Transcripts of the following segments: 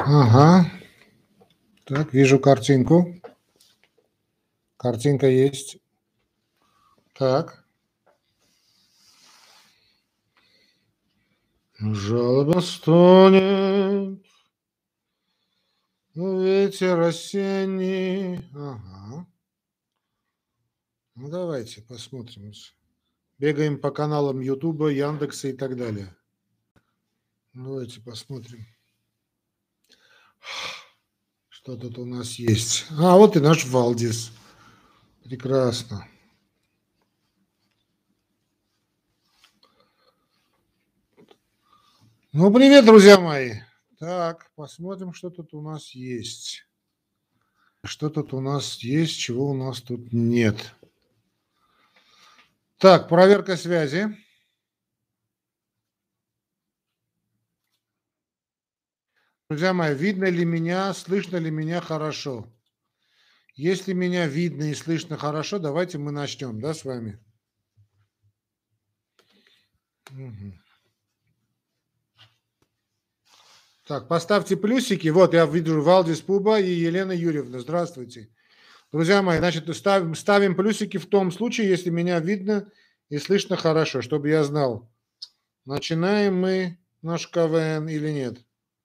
Ага. Так, вижу картинку. Картинка есть. Так. Жалоба стонет, ветер осенний. Ага. Ну, давайте посмотрим. Бегаем по каналам Ютуба, Яндекса и так далее. Давайте посмотрим, что тут у нас есть. А, вот и наш Валдис. Прекрасно. Ну, привет, друзья мои. Так, посмотрим, что тут у нас есть. Что тут у нас есть, чего у нас тут нет. Так, проверка связи. Друзья мои, видно ли меня, слышно ли меня хорошо? Если меня видно и слышно хорошо, давайте мы начнем, да, с вами? Мгм. Так, поставьте плюсики. Вот, я вижу Валдис Пуба и Елена Юрьевна. Здравствуйте. Друзья мои, значит, ставим плюсики в том случае, если меня видно и слышно хорошо, чтобы я знал, начинаем мы наш КВН или нет.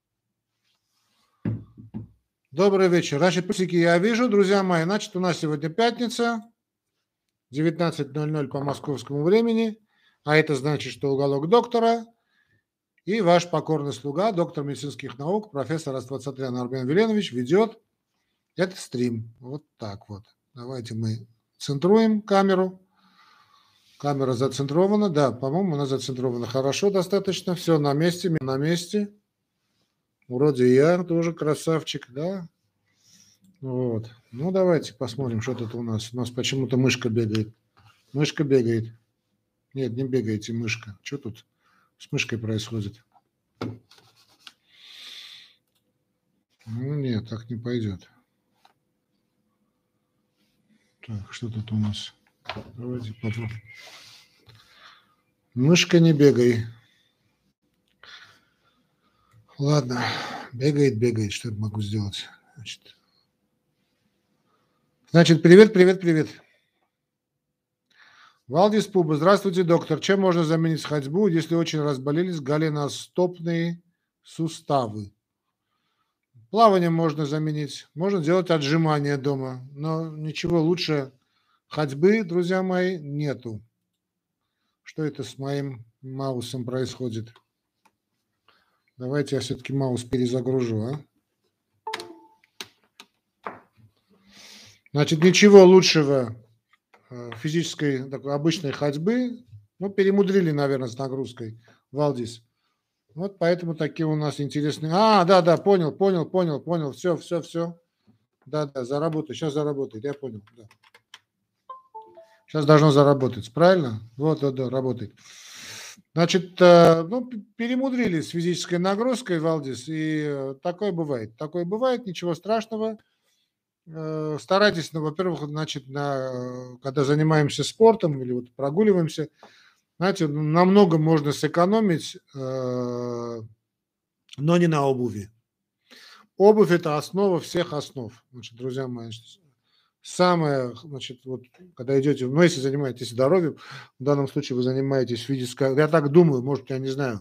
Добрый вечер. Значит, плюсики я вижу, друзья мои. Значит, у нас сегодня пятница, 19:00 по московскому времени, а это значит, что уголок доктора и ваш покорный слуга, доктор медицинских наук, профессор Аствацатрян Армен Веленович ведет этот стрим. Вот так вот. Давайте мы центруем камеру. Камера зацентрована. Да, по-моему, она зацентрована хорошо достаточно. Все на месте, на месте. Вроде я тоже красавчик, да. Вот. Ну, давайте посмотрим, что тут у нас. У нас почему-то мышка бегает. Мышка бегает. Нет, не бегайте, мышка. Что тут с мышкой происходит? Ну, нет, так не пойдет. Так, что тут у нас? Давайте попробуем. Мышка, не бегай. Ладно, бегает. Что я могу сделать? Значит, привет. Валдис Пуба, здравствуйте, доктор. Чем можно заменить ходьбу, если очень разболелись голеностопные суставы? Плаванием можно заменить, можно делать отжимания дома, но ничего лучше ходьбы, друзья мои, нету. Что это с моим маусом происходит? Давайте я все-таки маус перезагружу, а? Значит, ничего лучшего физической, такой обычной ходьбы, ну, перемудрили, наверное, с нагрузкой, Валдис. Вот поэтому такие у нас интересные. Да, понял. Все. Да, заработает. Сейчас заработает. Я понял. Да. Сейчас должно заработать. Правильно? Вот, да, работает. Значит, ну, перемудрили с физической нагрузкой, Валдис, и такое бывает. Ничего страшного. Старайтесь, ну, во-первых, значит, когда занимаемся спортом или вот прогуливаемся, знаете, намного можно сэкономить, но не на обуви. Обувь – это основа всех основ. Значит, друзья мои, самое, значит, вот когда идете, ну, если занимаетесь здоровьем, в данном случае вы занимаетесь физической, я так думаю, может, я не знаю,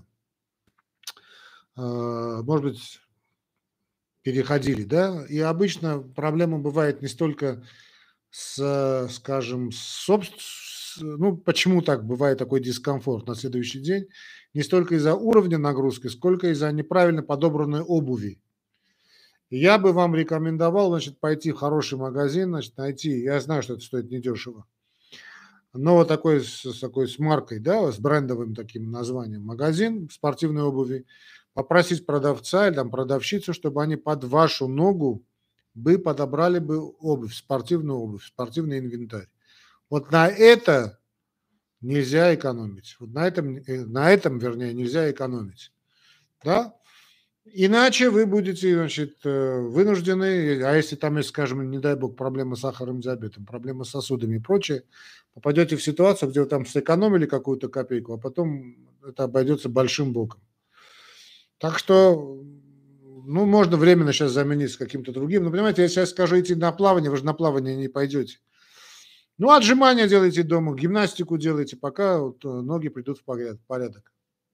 может быть, переходили, да, и обычно проблема бывает не столько скажем, ну, почему так бывает такой дискомфорт на следующий день, не столько из-за уровня нагрузки, сколько из-за неправильно подобранной обуви. Я бы вам рекомендовал, значит, пойти в хороший магазин, значит, найти, я знаю, что это стоит недешево, но вот такой с маркой, да, с брендовым таким названием магазин спортивной обуви, попросить продавца или там продавщицу, чтобы они под вашу ногу подобрали бы обувь, спортивный инвентарь. Вот на это нельзя экономить. Вот на этом, вернее, нельзя экономить. Да? Иначе вы будете, значит, вынуждены, а если там есть, скажем, не дай бог, проблемы с сахарным диабетом, проблемы с сосудами и прочее, попадете в ситуацию, где вы там сэкономили какую-то копейку, а потом это обойдется большим боком. Так что Ну, можно временно сейчас заменить с каким-то другим. Но, понимаете, я сейчас скажу идти на плавание, вы же на плавание не пойдете. Ну, отжимания делайте дома, гимнастику делайте, пока вот ноги придут в порядок.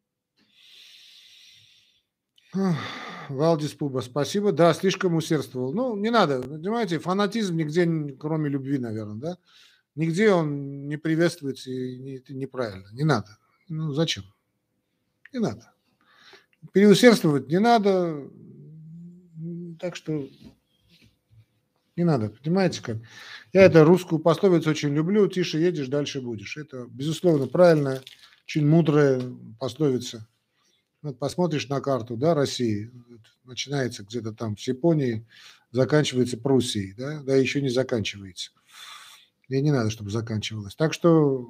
Валдис Пуба, спасибо. Да, слишком усердствовал. Ну, не надо, понимаете, фанатизм нигде, кроме любви, наверное, да? Нигде он не приветствуется и это неправильно. Не надо. Ну, зачем? Не надо. Переусердствовать не надо. Так что не надо, понимаете как? Я эту русскую пословицу очень люблю. Тише едешь, дальше будешь. Это, безусловно, правильная, очень мудрая пословица. Вот посмотришь на карту, да, России, начинается где-то там с Японии, заканчивается Пруссией, да еще не заканчивается. И не надо, чтобы заканчивалось. Так что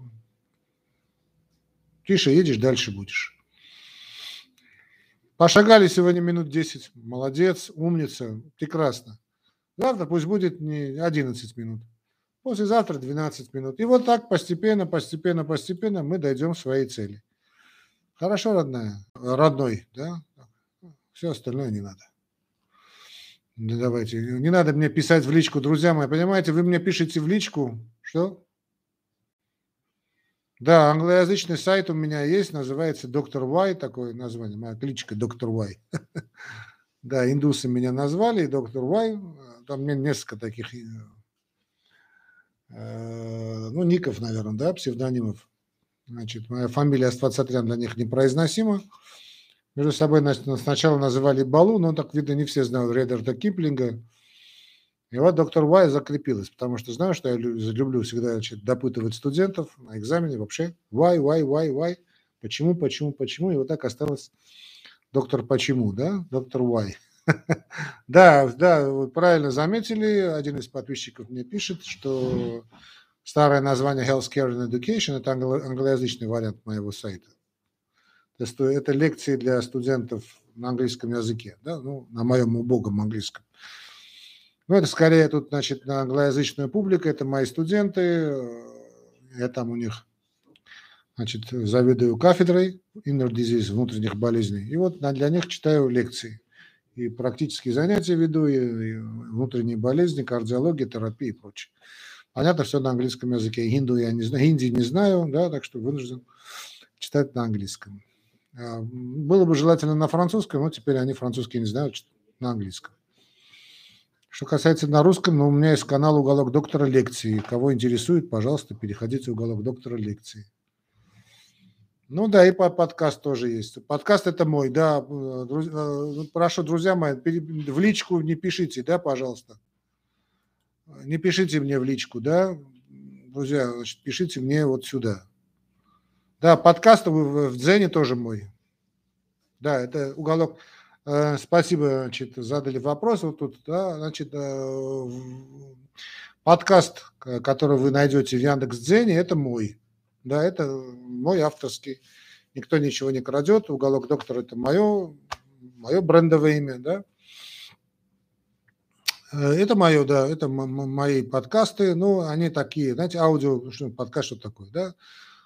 тише едешь, дальше будешь. Пошагали сегодня минут 10. Молодец, умница, прекрасно. Завтра пусть будет не 11 минут. Послезавтра 12 минут. И вот так постепенно мы дойдем к своей цели. Хорошо, родной, да? Все остальное не надо. Ну, давайте. Не надо мне писать в личку, друзья мои. Понимаете, вы мне пишете в личку. Что? Да, англоязычный сайт у меня есть, называется Доктор Вай, такое название, моя кличка Доктор Вай. Да, индусы меня назвали, Доктор Вай. Там у меня несколько таких, ну, ников, наверное, да, псевдонимов. Значит, моя фамилия Аствацатрян для них непроизносима. Между собой сначала называли Балу, но так, видно, не все знают Редерта Киплинга. И вот доктор Вай закрепилась, потому что знаю, что я люблю всегда, значит, допытывать студентов на экзамене вообще. Why. Почему. И вот так осталось доктор Почему, да? Доктор Вай. Да, вы правильно заметили. Один из подписчиков мне пишет, что старое название Healthcare and Education – это англоязычный вариант моего сайта. То есть это лекции для студентов на английском языке, да? Ну, на моем убогом английском. Ну, это скорее тут, значит, на англоязычную публику, это мои студенты, я там у них, значит, заведую кафедрой Inner Disease, внутренних болезней, и вот для них читаю лекции. И практические занятия веду, и внутренние болезни, кардиология, терапия и прочее. Понятно, все на английском языке. Хинди не знаю, да, так что вынужден читать на английском. Было бы желательно на французском, но теперь они французский не знают, на английском. Что касается на русском, у меня есть канал «Уголок доктора лекции». Кого интересует, пожалуйста, переходите в «Уголок доктора лекции». Ну да, и подкаст тоже есть. Подкаст это мой, да. Прошу, друзья мои, в личку не пишите, да, пожалуйста. Не пишите мне в личку, да, друзья, значит, пишите мне вот сюда. Да, подкаст в Дзене тоже мой. Да, это «Уголок». Спасибо, значит, задали вопрос. Вот тут, да, значит, подкаст, который вы найдете в Яндекс.Дзене, это мой. Да, это мой авторский. Никто ничего не крадет. «Уголок доктора» – это мое брендовое имя, да. Это мое, да, это мои подкасты. Ну, они такие, знаете, подкаст что такое, да?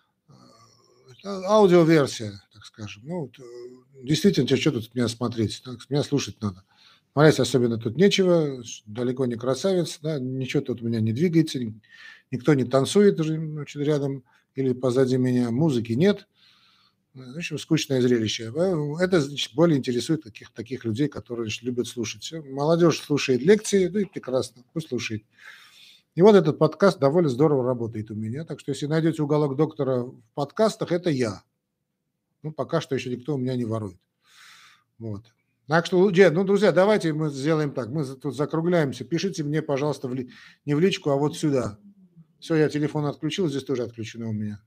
Аудиоверсия, так скажем. Ну, действительно, что тут меня смотреть? Меня слушать надо. Смотреть особенно тут нечего, далеко не красавец, да, ничего тут у меня не двигается, никто не танцует значит, рядом или позади меня, музыки нет. В общем, скучное зрелище. Это, значит, более интересует таких людей, которые, значит, любят слушать. Молодежь слушает лекции, ну и прекрасно, пусть слушает. И вот этот подкаст довольно здорово работает у меня. Так что, если найдете «Уголок доктора» в подкастах, это я. Ну, пока что еще никто у меня не ворует. Вот. Так что, друзья, давайте мы сделаем так. Мы тут закругляемся. Пишите мне, пожалуйста, не в личку, а вот сюда. Все, я телефон отключил, здесь тоже отключено у меня.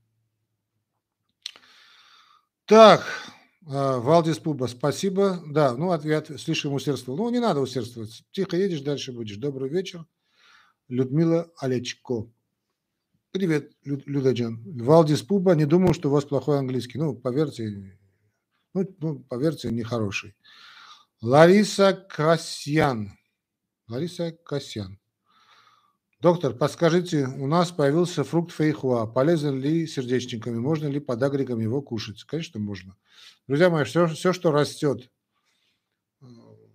Так, Валдис Пуба, спасибо. Да, ответ слишком усердствовал. Ну, не надо усердствовать. Тихо едешь, дальше будешь. Добрый вечер. Людмила Олечко. Привет, Людаджан. Валдис Пуба, не думаю, что у вас плохой английский. Поверьте, нехороший. Лариса Касьян. Доктор, подскажите, у нас появился фрукт фейхуа. Полезен ли сердечниками? Можно ли под агриком его кушать? Конечно, можно. Друзья мои, все, что растет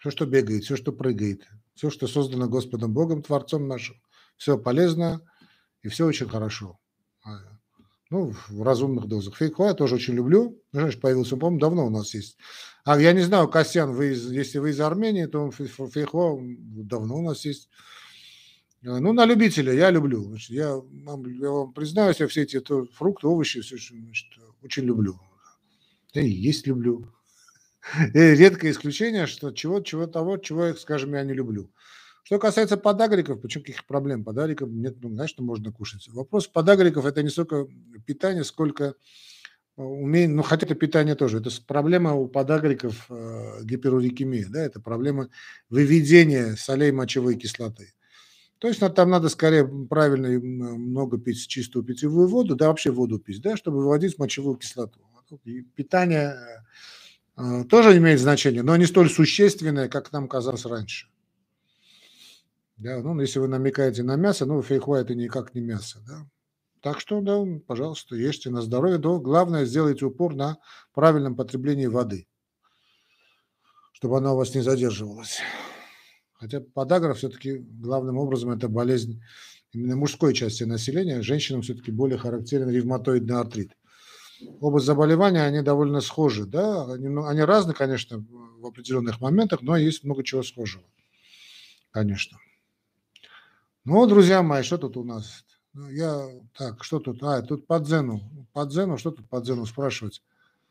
Все, что бегает, все, что прыгает, все, что создано Господом Богом, Творцом нашим, все полезно и все очень хорошо. А, Ну, в разумных дозах. Фейхоа я тоже очень люблю. Знаешь, появился, по-моему, давно у нас есть. А я не знаю, Касьян, если вы из Армении, то фейхоа давно у нас есть. Ну, на любителя я люблю. Значит, я вам признаюсь, я все эти фрукты, овощи все, значит, очень люблю. Я и есть люблю. И редкое исключение, что чего, скажем, я не люблю. Что касается подагриков, почему каких проблем? Подагриков нет, ну, знаешь, что можно кушать. Вопрос подагриков – это не столько питание, сколько умение, ну, хотя это питание тоже. Это проблема у подагриков гиперурикемия, да, это проблема выведения солей мочевой кислоты. То есть там надо скорее правильно и много пить чистую питьевую воду, да, вообще воду пить, да, чтобы выводить мочевую кислоту. И питание тоже имеет значение, но не столь существенное, как нам казалось раньше. Да, ну, если вы намекаете на мясо, ну, фейхоа это никак не мясо, да. Так что, да, пожалуйста, ешьте на здоровье, но главное сделайте упор на правильном потреблении воды, чтобы она у вас не задерживалась. Хотя подагра все-таки главным образом это болезнь именно мужской части населения, женщинам все-таки более характерен ревматоидный артрит. Оба заболевания, они довольно схожи, да, они разные, конечно, в определенных моментах, но есть много чего схожего, конечно. Ну, друзья мои, что тут у нас? Ну, так, что тут? Тут по дзену, что тут по дзену спрашивать?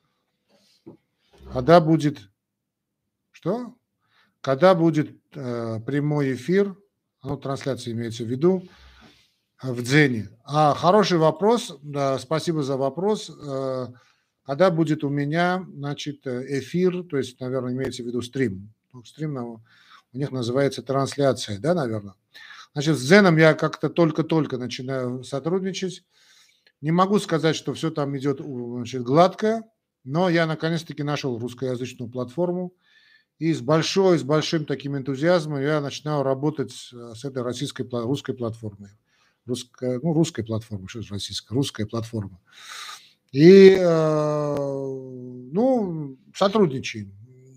Когда будет, что? Когда будет прямой эфир, ну, трансляция имеется в виду, в дзене? Хороший вопрос, да, спасибо за вопрос. Когда будет у меня, значит, эфир, то есть, наверное, имеется в виду стрим. Стрим у них называется трансляция, да, наверное. Значит, с Дзеном я как-то только-только начинаю сотрудничать. Не могу сказать, что все там идет, значит, гладко, но я наконец-таки нашел русскоязычную платформу. И с большим таким энтузиазмом я начинаю работать с этой русской платформой. Русской платформой, что же российская, русская платформа. И, сотрудничаем.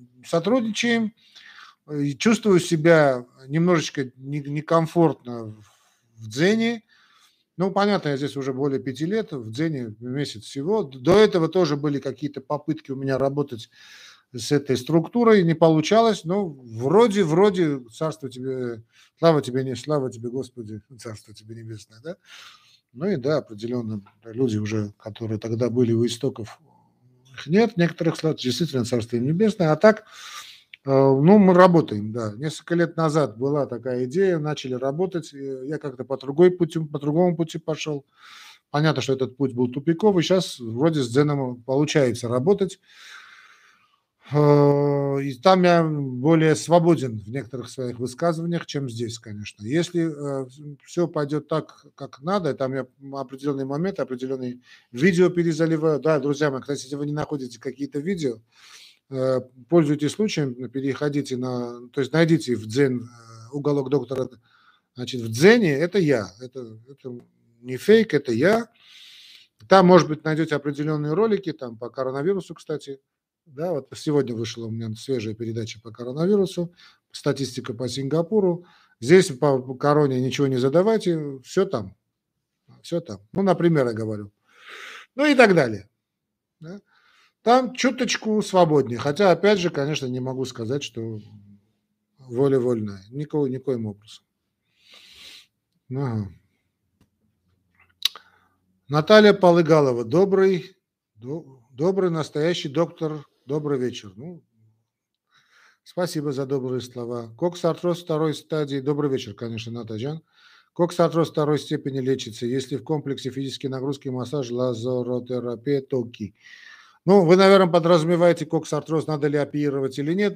И чувствую себя немножечко некомфортно в Дзене. Ну, понятно, я здесь уже более 5 лет, в Дзене месяц всего. До этого тоже были какие-то попытки у меня работать с этой структурой, не получалось, но вроде, царство тебе, слава тебе, Господи, царство тебе небесное, да? Ну и да, определенно люди уже, которые тогда были у истоков, их нет, некоторых действительно царство им небесное, а так, мы работаем, да. Несколько лет назад была такая идея, начали работать, я как-то по другому пути пошел. Понятно, что этот путь был тупиковый, сейчас вроде с Дзеном получается работать. И там я более свободен в некоторых своих высказываниях, чем здесь, конечно. Если все пойдет так, как надо, там я определенные моменты, определенные видео перезаливаю. Да, друзья мои, кстати, если вы не находите какие-то видео, пользуйтесь случаем, переходите то есть найдите в Дзен уголок доктора, значит, в Дзене это я, это не фейк, это я. Там, может быть, найдете определенные ролики, там по коронавирусу, кстати. Да, вот сегодня вышла у меня свежая передача по коронавирусу, статистика по Сингапуру. Здесь по короне ничего не задавайте, все там. Все там. Ну, например, я говорю. Ну и так далее. Да. Там чуточку свободнее. Хотя, опять же, конечно, не могу сказать, что воля вольная. Никоим образом. Ага. Наталья Полыгалова. Добрый настоящий доктор. Добрый вечер. Ну, спасибо за добрые слова. Коксартроз второй стадии. Добрый вечер, конечно, Натаджан. Коксартроз второй степени лечится, если в комплексе физические нагрузки, массаж, лазеротерапия, токи. Ну, вы, наверное, подразумеваете коксартроз, надо ли оперировать или нет.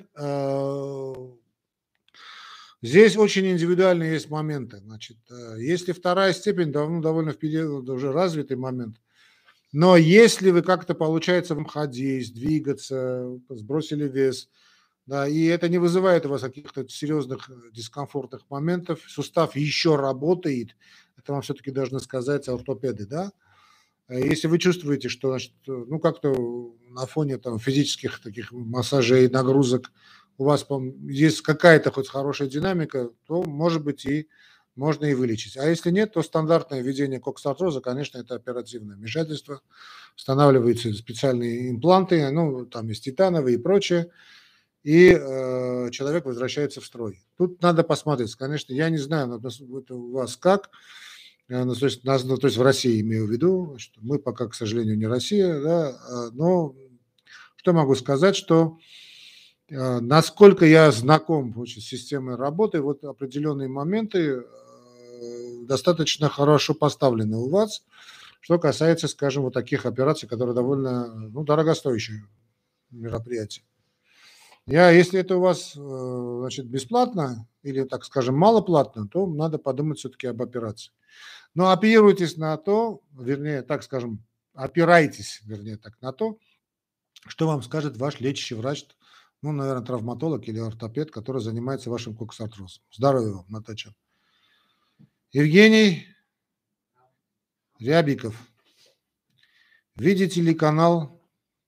Здесь очень индивидуальные есть моменты. Значит, если вторая степень, довольно впереди уже развитый момент. Но если вы как-то получается вам ходить, двигаться, сбросили вес, да, и это не вызывает у вас каких-то серьезных дискомфортных моментов, сустав еще работает, это вам все-таки должны сказать ортопеды, да. Если вы чувствуете, что, значит, как-то на фоне там физических таких массажей, нагрузок у вас есть какая-то хоть хорошая динамика, то, может быть, и можно и вылечить. А если нет, то стандартное введение коксартроза, конечно, это оперативное вмешательство. Устанавливаются специальные импланты, ну, там есть титановые и прочее, и человек возвращается в строй. Тут надо посмотреть. Конечно, я не знаю, это у вас как, ну, то есть в России имею в виду, что мы пока, к сожалению, не Россия, да, но что могу сказать, что насколько я знаком очень с системой работы, вот определенные моменты достаточно хорошо поставлены у вас, что касается, скажем, вот таких операций, которые довольно, ну, дорогостоящие мероприятия. Если это у вас, значит, бесплатно или, так скажем, малоплатно, то надо подумать все-таки об операции. Но оперируйтесь на то, вернее, так скажем, опирайтесь, вернее, так, на то, что вам скажет ваш лечащий врач, ну, наверное, травматолог или ортопед, который занимается вашим коксартрозом. Здоровья вам, Натача. Евгений Рябиков. Видите ли канал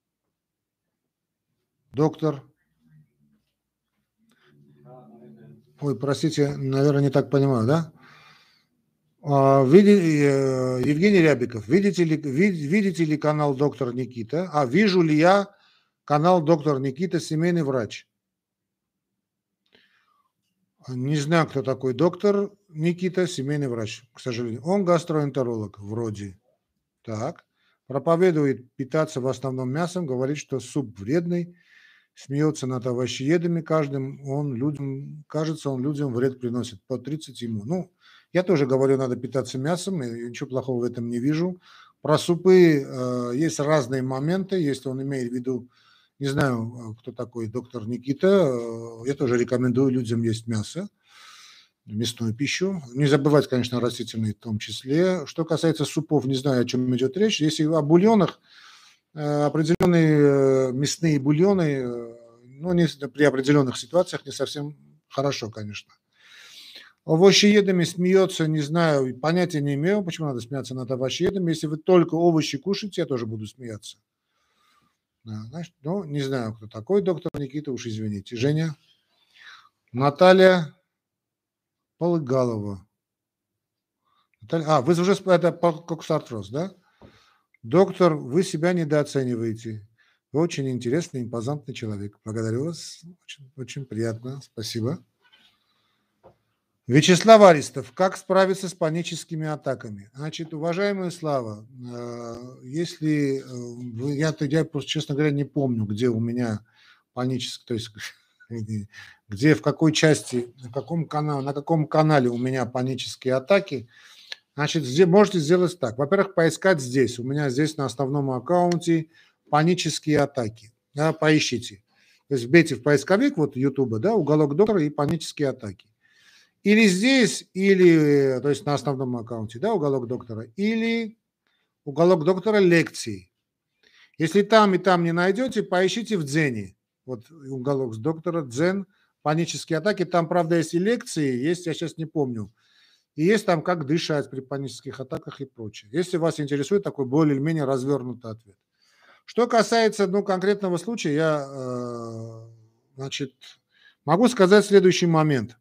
доктор? Ой, простите, наверное, не так понимаю, да? Евгений Рябиков, видите ли канал доктор Никита? Вижу ли я канал доктор Никита, семейный врач? Не знаю, кто такой доктор Никита, семейный врач, к сожалению. Он гастроэнтеролог, вроде. Так. Проповедует питаться в основном мясом, говорит, что суп вредный, смеется над овощеедами каждым, кажется, он людям вред приносит, по 30 ему. Ну, я тоже говорю, надо питаться мясом, и ничего плохого в этом не вижу. Про супы есть разные моменты, если он имеет в виду, не знаю, кто такой доктор Никита, я тоже рекомендую людям есть мясо, мясную пищу. Не забывать, конечно, растительные в том числе. Что касается супов, не знаю, о чем идет речь. Если о бульонах, определенные мясные бульоны, ну, при определенных ситуациях не совсем хорошо, конечно. Овощеедами смеется, не знаю, понятия не имею, почему надо смеяться над овощеедами. Если вы только овощи кушаете, я тоже буду смеяться. Да, значит, ну, не знаю, кто такой доктор Никита, уж извините. Женя? Наталья Полыгалова. Вы уже это коксартроз, да? Доктор, вы себя недооцениваете. Вы очень интересный, импозантный человек. Благодарю вас. Очень, очень приятно. Спасибо. Вячеслав Аристов. Как справиться с паническими атаками? Значит, уважаемая Слава, если я просто, честно говоря, не помню, где у меня панические, то есть где, в какой части, на каком канале у меня панические атаки. Значит, можете сделать так. Во-первых, поискать здесь. У меня здесь на основном аккаунте панические атаки. Да, поищите. То есть вбейте в поисковик вот Ютуба, да, уголок доктора и панические атаки. Или здесь, или, то есть на основном аккаунте, да, уголок доктора, или уголок доктора лекций. Если там и там не найдете, поищите в Дзене. Вот уголок доктора, Дзен, панические атаки. Там, правда, есть и лекции, есть, я сейчас не помню. И есть там, как дышать при панических атаках и прочее. Если вас интересует такой более-менее развернутый ответ. Что касается, ну, конкретного случая, я, значит, могу сказать следующий момент.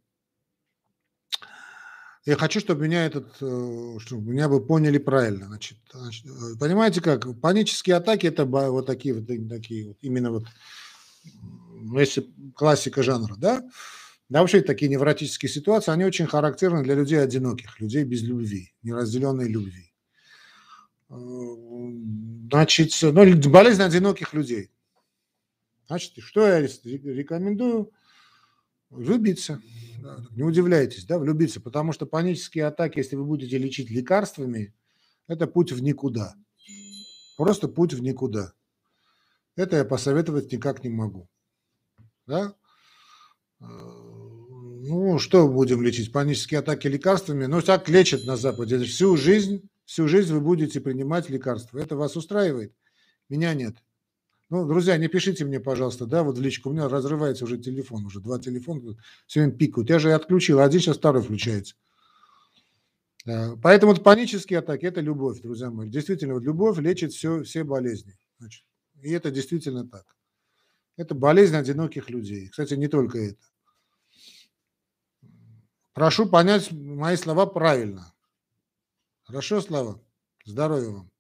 Я хочу, чтобы чтобы меня вы поняли правильно. Значит, понимаете как? Панические атаки – это вот такие вот, именно вот, если классика жанра, да? Да, вообще такие невротические ситуации, они очень характерны для людей одиноких, людей без любви, неразделенной любви. Значит, ну, болезнь одиноких людей. Значит, что я рекомендую? Влюбиться. Не удивляйтесь, да, влюбиться, потому что панические атаки, если вы будете лечить лекарствами, это путь в никуда. Просто путь в никуда. Это я посоветовать никак не могу. Да? Ну, что будем лечить? Панические атаки лекарствами? Ну, так лечат на Западе. Всю жизнь вы будете принимать лекарства. Это вас устраивает? Меня нет. Ну, друзья, не пишите мне, пожалуйста, да, вот в личку. У меня разрывается уже телефон, уже 2 телефона сегодня пикают. Я же отключил, один сейчас второй включается. Поэтому вот панические атаки – это любовь, друзья мои. Действительно, вот любовь лечит все болезни. Значит, и это действительно так. Это болезнь одиноких людей. Кстати, не только это. Прошу понять мои слова правильно. Хорошо, Слава? Здоровья вам.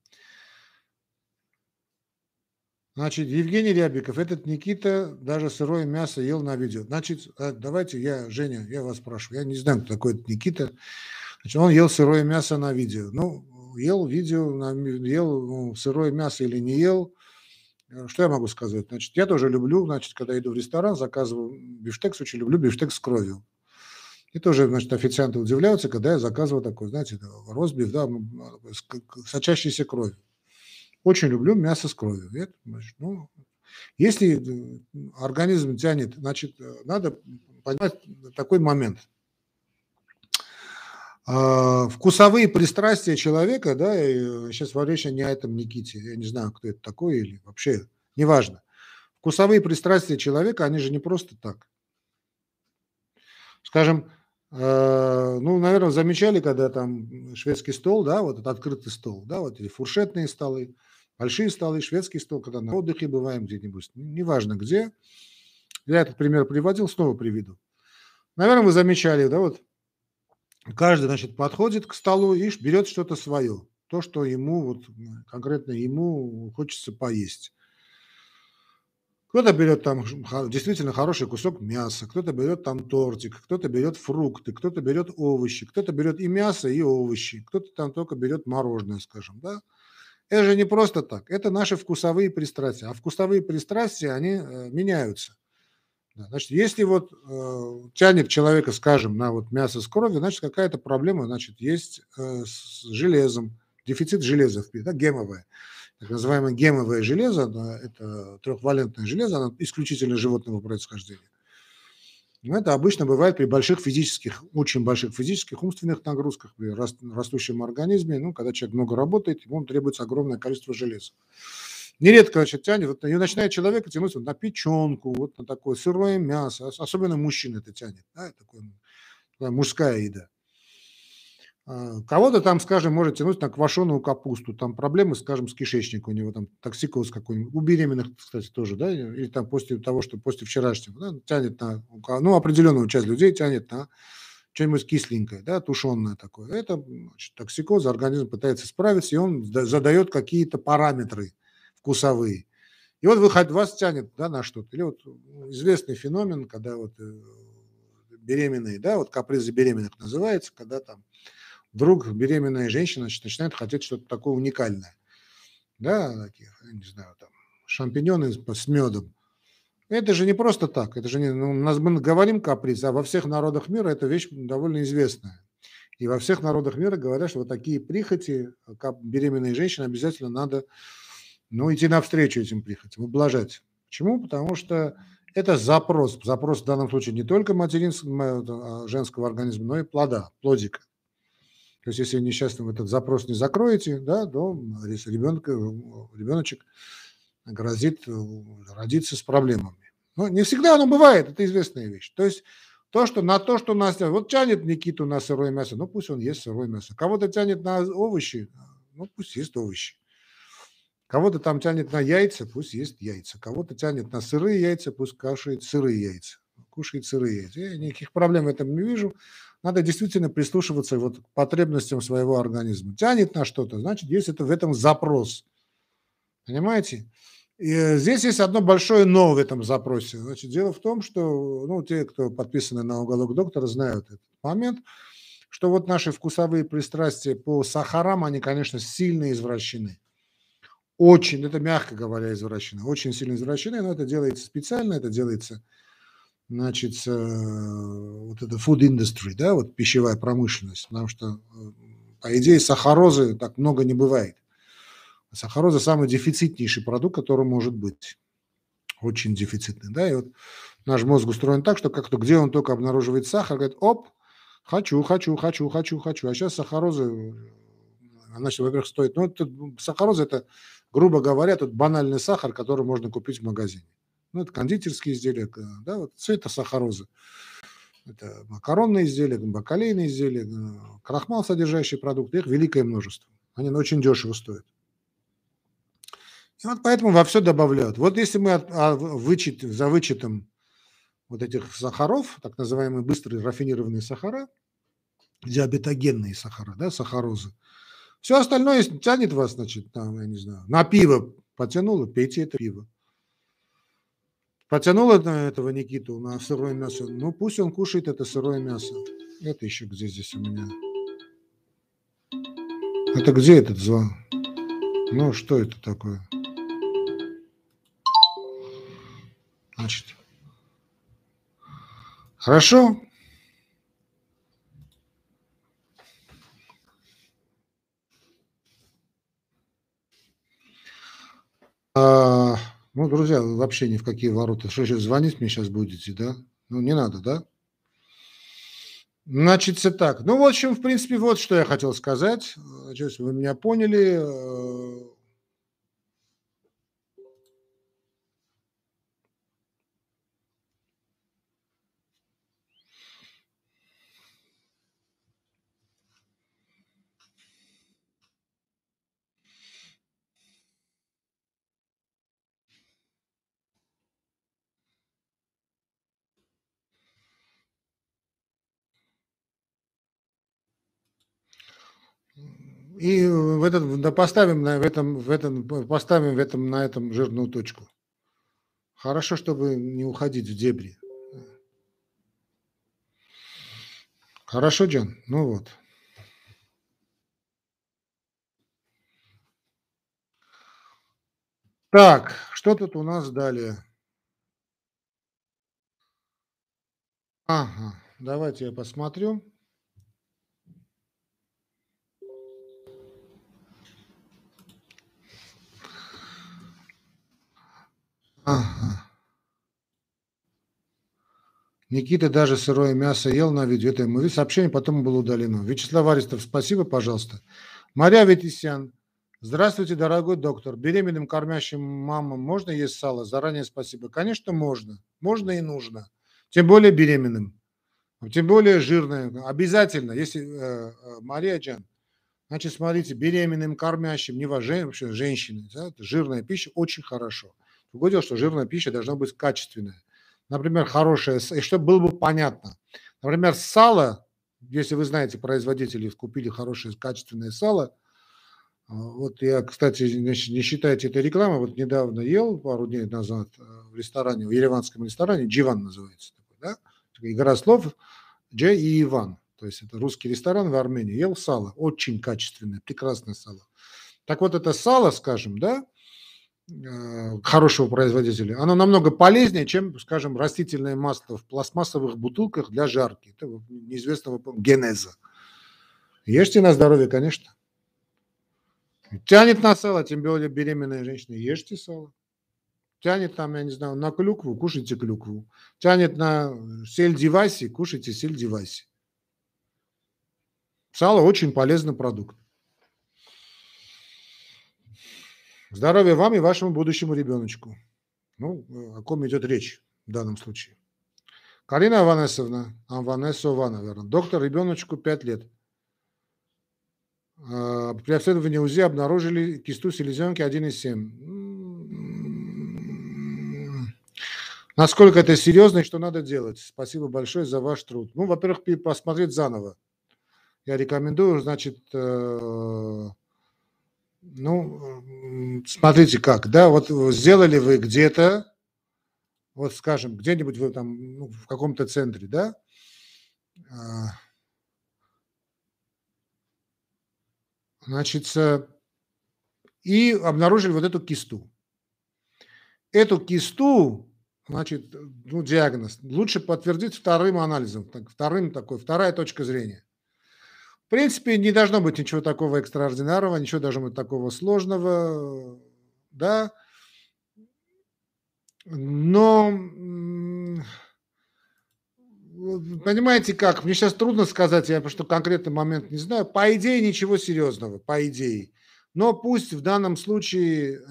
Значит, Евгений Рябиков, этот Никита даже сырое мясо ел на видео. Значит, давайте Женя, я вас спрашиваю. Я не знаю, кто такой этот Никита. Значит, он ел сырое мясо на видео. Ну, ел сырое мясо или не ел. Что я могу сказать? Значит, я тоже люблю, значит, когда иду в ресторан, заказываю бифштекс, очень люблю бифштекс с кровью. И тоже, значит, официанты удивляются, когда я заказываю такой, знаете, ростбиф, да, сочащийся кровью. Очень люблю мясо с кровью. Это, значит, ну, если организм тянет, значит, надо понимать такой момент. Вкусовые пристрастия человека, да, сейчас речь не о этом Никите, я не знаю, кто это такой, или вообще, неважно. Вкусовые пристрастия человека, они же не просто так. Скажем, ну, наверное, замечали, когда там шведский стол, да, вот этот открытый стол, да, вот, или фуршетные столы, большие столы, шведский стол, когда на отдыхе бываем где-нибудь, неважно где. Я этот пример приводил, снова приведу. Наверное, вы замечали, да, вот каждый, значит, подходит к столу и берет что-то свое, то, что ему, вот конкретно ему хочется поесть. Кто-то берет там действительно хороший кусок мяса, кто-то берет там тортик, кто-то берет фрукты, кто-то берет овощи, кто-то берет и мясо, и овощи, кто-то там только берет мороженое, скажем, да. Это же не просто так, это наши вкусовые пристрастия, а вкусовые пристрастия, они меняются. Да, значит, если вот тянет человека, скажем, на вот мясо с кровью, значит, какая-то проблема, значит, есть с железом, дефицит железа, да, гемовое. Так называемое гемовое железо, да, это трехвалентное железо, оно исключительно животного происхождения. Но это обычно бывает при больших физических, очень больших физических, умственных нагрузках, при растущем организме. Ну, когда человек много работает, ему требуется огромное количество железа. Нередко, значит, тянет, вот, и начинает человек тянуть вот на печенку, вот на такое сырое мясо, особенно мужчин это тянет, да, такая мужская еда. Кого-то там, скажем, может тянуть на квашеную капусту, там проблемы, скажем, с кишечником, у него там токсикоз какой-нибудь, у беременных, кстати, тоже, да, или там после того, что после вчерашнего, да, тянет на, ну, определенную часть людей тянет на что-нибудь кисленькое, да, тушеное такое. Это, значит, токсикоз, организм пытается справиться, и он задает какие-то параметры вкусовые. И вот вас тянет, да, на что-то. Или вот известный феномен, когда вот беременные, да, вот капризы беременных называется, когда там вдруг беременная женщина начинает хотеть что-то такое уникальное. Да, такие, я не знаю, там, шампиньоны с медом. Это же не просто так. Это же не, ну, мы говорим каприз, а во всех народах мира эта вещь довольно известная. И во всех народах мира говорят, что вот такие прихоти беременной женщине обязательно надо, ну, идти навстречу этим прихотям, ублажать. Почему? Потому что это запрос. Запрос в данном случае не только материнского, женского организма, но и плодика. То есть, если несчастным этот запрос не закроете, да, то ребеночек грозит родиться с проблемами. Но не всегда оно бывает, это известная вещь. То есть, то, что нас... Вот тянет Никиту на сырое мясо, ну, пусть он ест сырое мясо. Кого-то тянет на овощи, ну, пусть ест овощи. Кого-то там тянет на яйца, пусть ест яйца. Кого-то тянет на сырые яйца, пусть кушает сырые яйца. Кушает сырые яйца. Я никаких проблем в этом не вижу. Надо действительно прислушиваться вот к потребностям своего организма. Тянет на что-то, значит, есть в этом запрос. Понимаете? И здесь есть одно большое «но» в этом запросе. Значит, дело в том, что, ну, те, кто подписаны на «Уголок доктора», знают этот момент, что вот наши вкусовые пристрастия по сахарам, они, конечно, сильно извращены. Очень, это мягко говоря, извращены. Очень сильно извращены, но это делается специально, это делается, значит, вот это food industry, да, вот пищевая промышленность, потому что, по идее, сахарозы так много не бывает. Сахароза самый дефицитнейший продукт, который может быть. Очень дефицитный, да, и вот наш мозг устроен так, что как-то где он только обнаруживает сахар, говорит, оп, хочу. А сейчас сахарозы, значит, во-первых, стоит, ну, сахароза это, грубо говоря, тут банальный сахар, который можно купить в магазине. Ну, это кондитерские изделия, да, вот все это сахароза. Это макаронные изделия, бакалейные изделия, крахмал содержащие продукты, их великое множество. Они очень дешево стоят. И вот поэтому во все добавляют. Вот если мы за вычетом вот этих сахаров, так называемые быстрые рафинированные сахара, диабетогенные сахара, да, сахарозы, все остальное тянет вас, значит, там, я не знаю, на пиво потянуло, пейте это пиво. Потянуло на этого Никиту, на сырое мясо, ну пусть он кушает это сырое мясо. Это еще где здесь у меня? Это где этот звон? Ну, что это такое? Значит, хорошо. Ну, друзья, вы вообще ни в какие ворота. Что еще звонить мне сейчас будете, да? Ну, не надо, да? Значится так. Ну, в общем, в принципе, вот что я хотел сказать. Надеюсь, вы меня поняли. И в этот, да, поставим поставим на этом жирную точку. Хорошо, чтобы не уходить в дебри. Хорошо, Джон? Ну вот. Так, что тут у нас далее? Ага, давайте я посмотрю. Ага. Никита даже сырое мясо ел на видео. Это ему сообщение, потом было удалено. Вячеслав Аристов, спасибо, пожалуйста. Мария Ветисян. Здравствуйте, дорогой доктор. Беременным кормящим мамам можно есть сало? Заранее спасибо. Конечно, можно. Можно и нужно. Тем более беременным. Тем более жирное. Обязательно. Если, Мария Джан, значит, смотрите, беременным, кормящим, неважно, вообще женщины, да, жирная пища очень хорошо. Другое дело, что жирная пища должна быть качественная. Например, хорошая, и чтобы было бы понятно. Например, сало, если вы знаете, производители купили хорошее качественное сало. Вот я, кстати, не считайте это рекламой, вот недавно ел, пару дней назад в ресторане, в ереванском ресторане, Дживан называется такой, да? Игра слов Дже и Иван. То есть это русский ресторан в Армении. Ел сало, очень качественное, прекрасное сало. Так вот это сало, скажем, да, хорошего производителя, оно намного полезнее, чем, скажем, растительное масло в пластмассовых бутылках для жарки. Это неизвестного генеза. Ешьте на здоровье, конечно. Тянет на сало, тем более беременная женщина, ешьте сало. Тянет там, я не знаю, на клюкву, кушайте клюкву. Тянет на сельдь-девайси, кушайте сельдь-девайси. Сало очень полезный продукт. Здоровья вам и вашему будущему ребеночку. Ну, о ком идет речь в данном случае. Карина Аванесова, наверное. Доктор, ребеночку 5 лет. При обследовании УЗИ обнаружили кисту селезенки 1,7. Насколько это серьезно и что надо делать? Спасибо большое за ваш труд. Ну, во-первых, посмотреть заново. Я рекомендую, значит, смотрите как, да, вот сделали вы где-то, вот скажем, где-нибудь вы там, ну, в каком-то центре, да, значит, и обнаружили вот эту кисту. Эту кисту, значит, ну, диагноз лучше подтвердить вторым анализом, вторая точка зрения. В принципе, не должно быть ничего такого экстраординарного, ничего должно быть такого сложного, да, но понимаете как, мне сейчас трудно сказать, я потому что конкретный момент не знаю. По идее, ничего серьезного, по идее. Но пусть в данном случае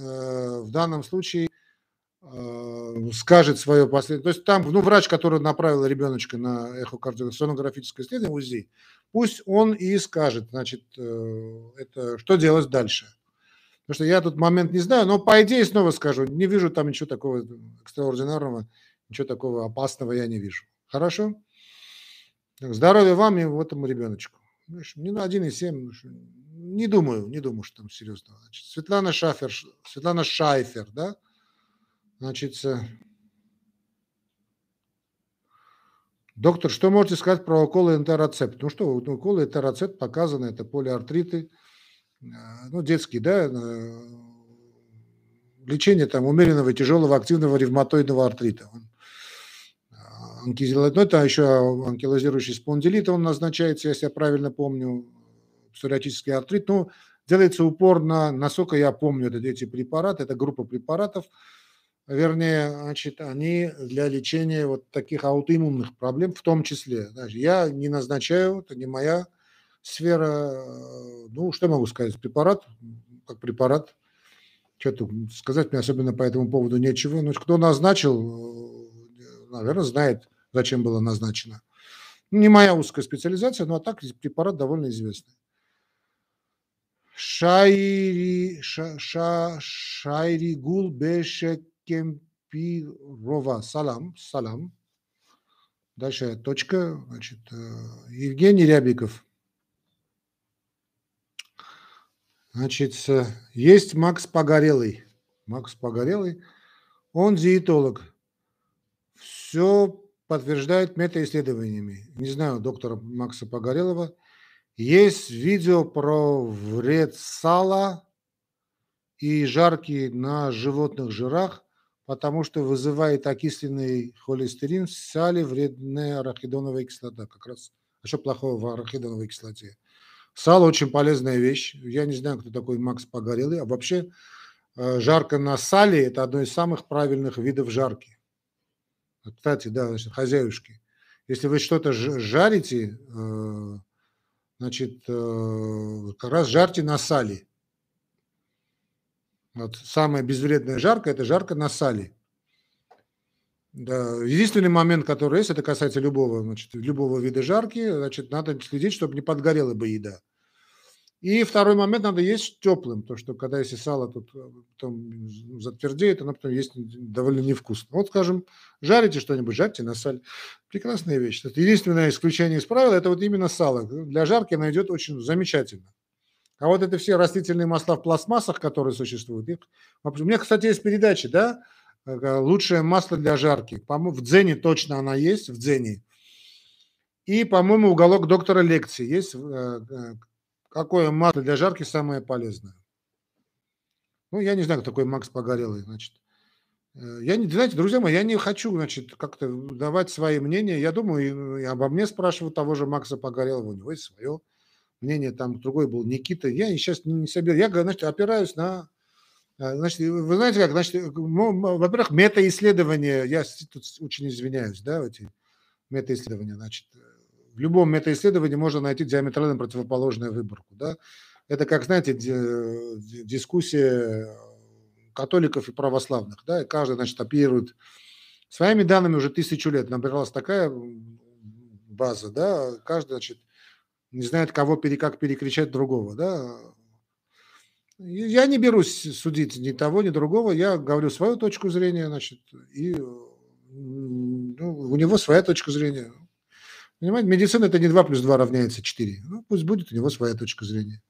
скажет свое последнее. То есть там, ну, врач, который направил ребеночка на эхокардиографическое исследование, УЗИ, пусть он и скажет, значит, это, что делать дальше. Потому что я тут момент не знаю, но по идее снова скажу, не вижу там ничего такого экстраординарного, ничего такого опасного я не вижу. Хорошо? Так, здоровья вам и вот этому ребеночку. Знаешь, не на 1,7, не думаю, что там серьезно. Значит, Светлана Шайфер, да? Значит, доктор, что можете сказать про уколы энтероцепт? Ну что, вот уколы энтероцепт показаны, это полиартриты, ну, детские, да, лечение там умеренного и тяжелого активного ревматоидного артрита. Ну, это еще анкилозирующий спондилит, он назначается, если я правильно помню, псориатический артрит. Ну, делается упор на, насколько я помню, эти препараты, это группа препаратов, вернее, значит, они для лечения вот таких аутоиммунных проблем в том числе. Значит, я не назначаю, это не моя сфера. Ну, что могу сказать? Препарат, как препарат. Что-то сказать мне особенно по этому поводу нечего. Ну, кто назначил, наверное, знает, зачем было назначено. Не моя узкая специализация, но так препарат довольно известный. Шайригул Бешекемпирова. Салам. Дальше точка. Значит, Евгений Рябиков. Значит, есть Макс Погорелый. Он диетолог. Все подтверждает метаисследованиями. Не знаю доктора Макса Погорелова. Есть видео про вред сала и жарки на животных жирах, потому что вызывает окисленный холестерин в сале вредная арахидоновая кислота. Как раз, а что плохого в арахидоновой кислоте? Сало очень полезная вещь. Я не знаю, кто такой Макс Погорелый. А вообще жарка на сале – это одно из самых правильных видов жарки. Кстати, да, значит, хозяюшки. Если вы что-то жарите, значит, как раз жарьте на сале. Вот самая безвредная жарка – это жарка на сале. Да. Единственный момент, который есть, это касается любого вида жарки, значит, надо следить, чтобы не подгорела бы еда. И второй момент, надо есть теплым, потому что когда если сало тут потом затвердеет, оно потом есть довольно невкусно. Вот, скажем, жарите что-нибудь, жарьте на сале. Прекрасная вещь. Это единственное исключение из правил, это вот именно сало. Для жарки оно идет очень замечательно. А вот это все растительные масла в пластмассах, которые существуют. У меня, кстати, есть передача, да, лучшее масло для жарки. По-моему, в Дзене точно она есть, в Дзене. И, по-моему, уголок доктора лекции есть. Какое масло для жарки самое полезное? Ну, я не знаю, кто такой Макс Погорелый, значит. Знаете, друзья мои, я не хочу, значит, как-то давать свои мнения. Я думаю, и обо мне спрашивают того же Макса Погорелого, у него есть свое мнение, там другой был Никита. Я сейчас не собираю. Я, значит, опираюсь на... Значит, вы знаете как, значит, во-первых, метаисследования, я тут очень извиняюсь, да, эти метаисследования, значит, в любом метаисследовании можно найти диаметрально противоположную выборку, да. Это как, знаете, дискуссия католиков и православных, да, и каждый, значит, оперирует своими данными уже 1000 лет. Набиралась такая база, да, каждый, значит, не знает, как перекричать другого, да. Я не берусь судить ни того, ни другого, я говорю свою точку зрения, значит, и у него своя точка зрения. Понимаете, медицина – это не 2 + 2 равняется 4. Ну, пусть будет у него своя точка зрения.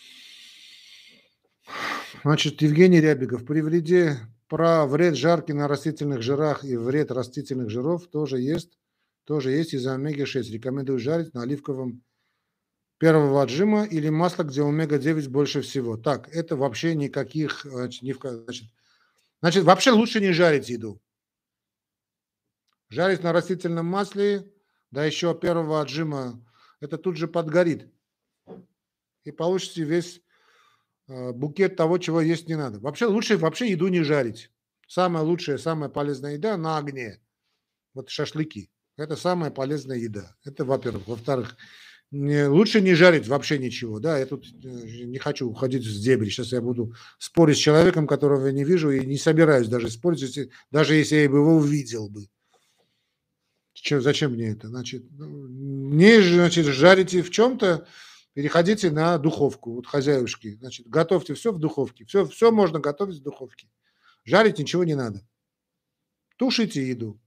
Значит, Евгений Рябиков. Про вред жарки на растительных жирах и вред растительных жиров тоже есть из-за омеги-6. Рекомендую жарить на оливковом первого отжима или масло, где омега-9 больше всего. Так, это вообще никаких... Значит, вообще лучше не жарить еду. Жарить на растительном масле, да еще первого отжима, это тут же подгорит. И получите весь букет того, чего есть не надо. Вообще лучше еду не жарить. Самая лучшая, самая полезная еда на огне. Вот шашлыки. Это самая полезная еда. Это во-первых. Во-вторых, лучше не жарить вообще ничего. Да, я тут не хочу уходить в дебри. Сейчас я буду спорить с человеком, которого я не вижу, и не собираюсь даже спорить, даже если я бы его увидел бы. Зачем мне это? Значит, не, значит, жарите в чем-то, переходите на духовку. Вот хозяюшки, значит, готовьте все в духовке. Все можно готовить в духовке. Жарить ничего не надо. Тушите еду.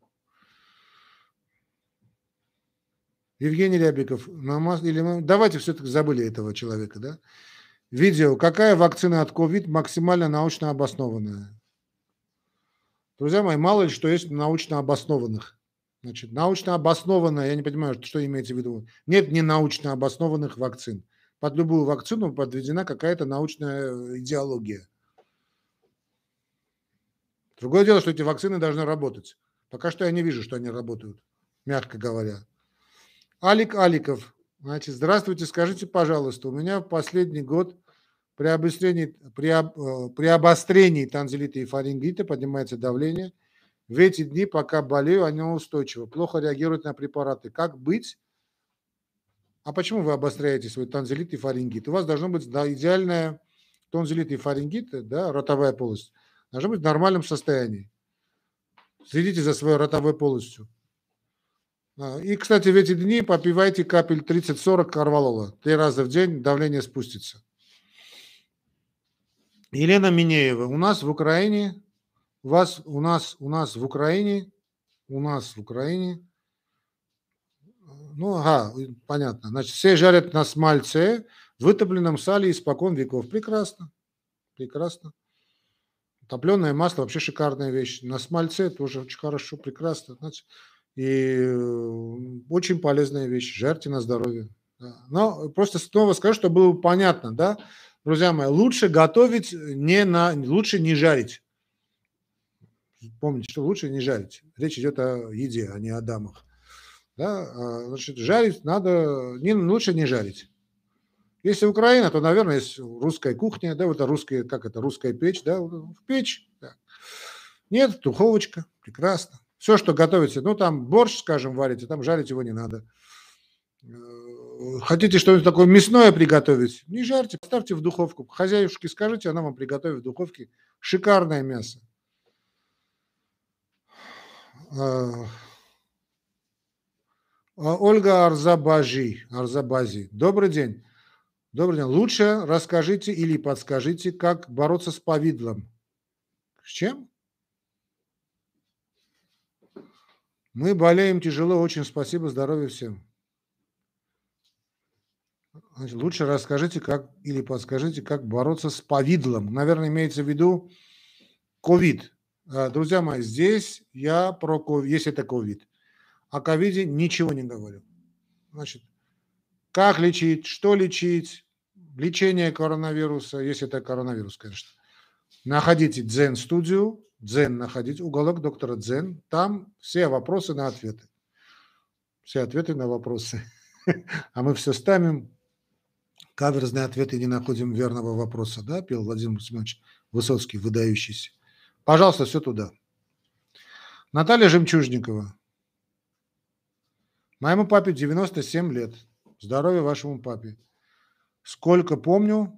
Евгений Рябиков, давайте все-таки забыли этого человека, да? Видео. Какая вакцина от COVID максимально научно обоснованная? Друзья мои, мало ли что есть научно обоснованных. Значит, научно обоснованная, я не понимаю, что имеете в виду. Нет не научно обоснованных вакцин. Под любую вакцину подведена какая-то научная идеология. Другое дело, что эти вакцины должны работать. Пока что я не вижу, что они работают, мягко говоря. Алик Аликов. Значит, здравствуйте, скажите, пожалуйста, у меня в последний год при обострении танзелита и фарингита поднимается давление. В эти дни, пока болею, оно устойчиво. Плохо реагирует на препараты. Как быть? А почему вы обостряете свой танзелит и фарингит? У вас должно быть идеальная танзелит и фарингит, да, ротовая полость, должна быть в нормальном состоянии. Следите за своей ротовой полостью. И, кстати, в эти дни попивайте капель 30-40 карвалола. 3 раза в день давление спустится. Елена Минеева. У нас в Украине, понятно. Значит, все жарят на смальце, вытопленном сале испокон веков. Прекрасно. Прекрасно. Топленое масло вообще шикарная вещь. На смальце тоже очень хорошо, прекрасно. Значит, и очень полезная вещь. Жарьте на здоровье. Но просто снова скажу, чтобы было понятно, да, друзья мои, лучше готовить, лучше не жарить. Помните, что лучше не жарить. Речь идет о еде, а не о дамах. Да? Значит, жарить надо, лучше не жарить. Если Украина, то, наверное, есть русская кухня, да, вот русская, русская печь, да, в печь. Да. Нет, духовочка, прекрасно. Все, что готовится, там борщ, скажем, варите, там жарить его не надо. Хотите что-нибудь такое мясное приготовить? Не жарьте, ставьте в духовку. Хозяюшке скажите, она вам приготовит в духовке шикарное мясо. Ольга Арзабази. Добрый день. Добрый день. Лучше расскажите или подскажите, как бороться с повидлом. С чем? Мы болеем тяжело, очень спасибо, здоровья всем. Значит, лучше расскажите, или подскажите, как бороться с повидлом. Наверное, имеется в виду ковид. Друзья мои, здесь я про ковид, если это ковид. О ковиде ничего не говорю. Значит, как лечить, что лечить, лечение коронавируса, если это коронавирус, конечно. Находите Дзен-студию, находите, уголок доктора Дзен, там все вопросы на ответы. Все ответы на вопросы. А мы все ставим. Каверзные ответы, не находим верного вопроса, да, пел Владимир Семенович Высоцкий, выдающийся. Пожалуйста, все туда. Наталья Жемчужникова. Моему папе 97 лет. Здоровья вашему папе. Сколько помню,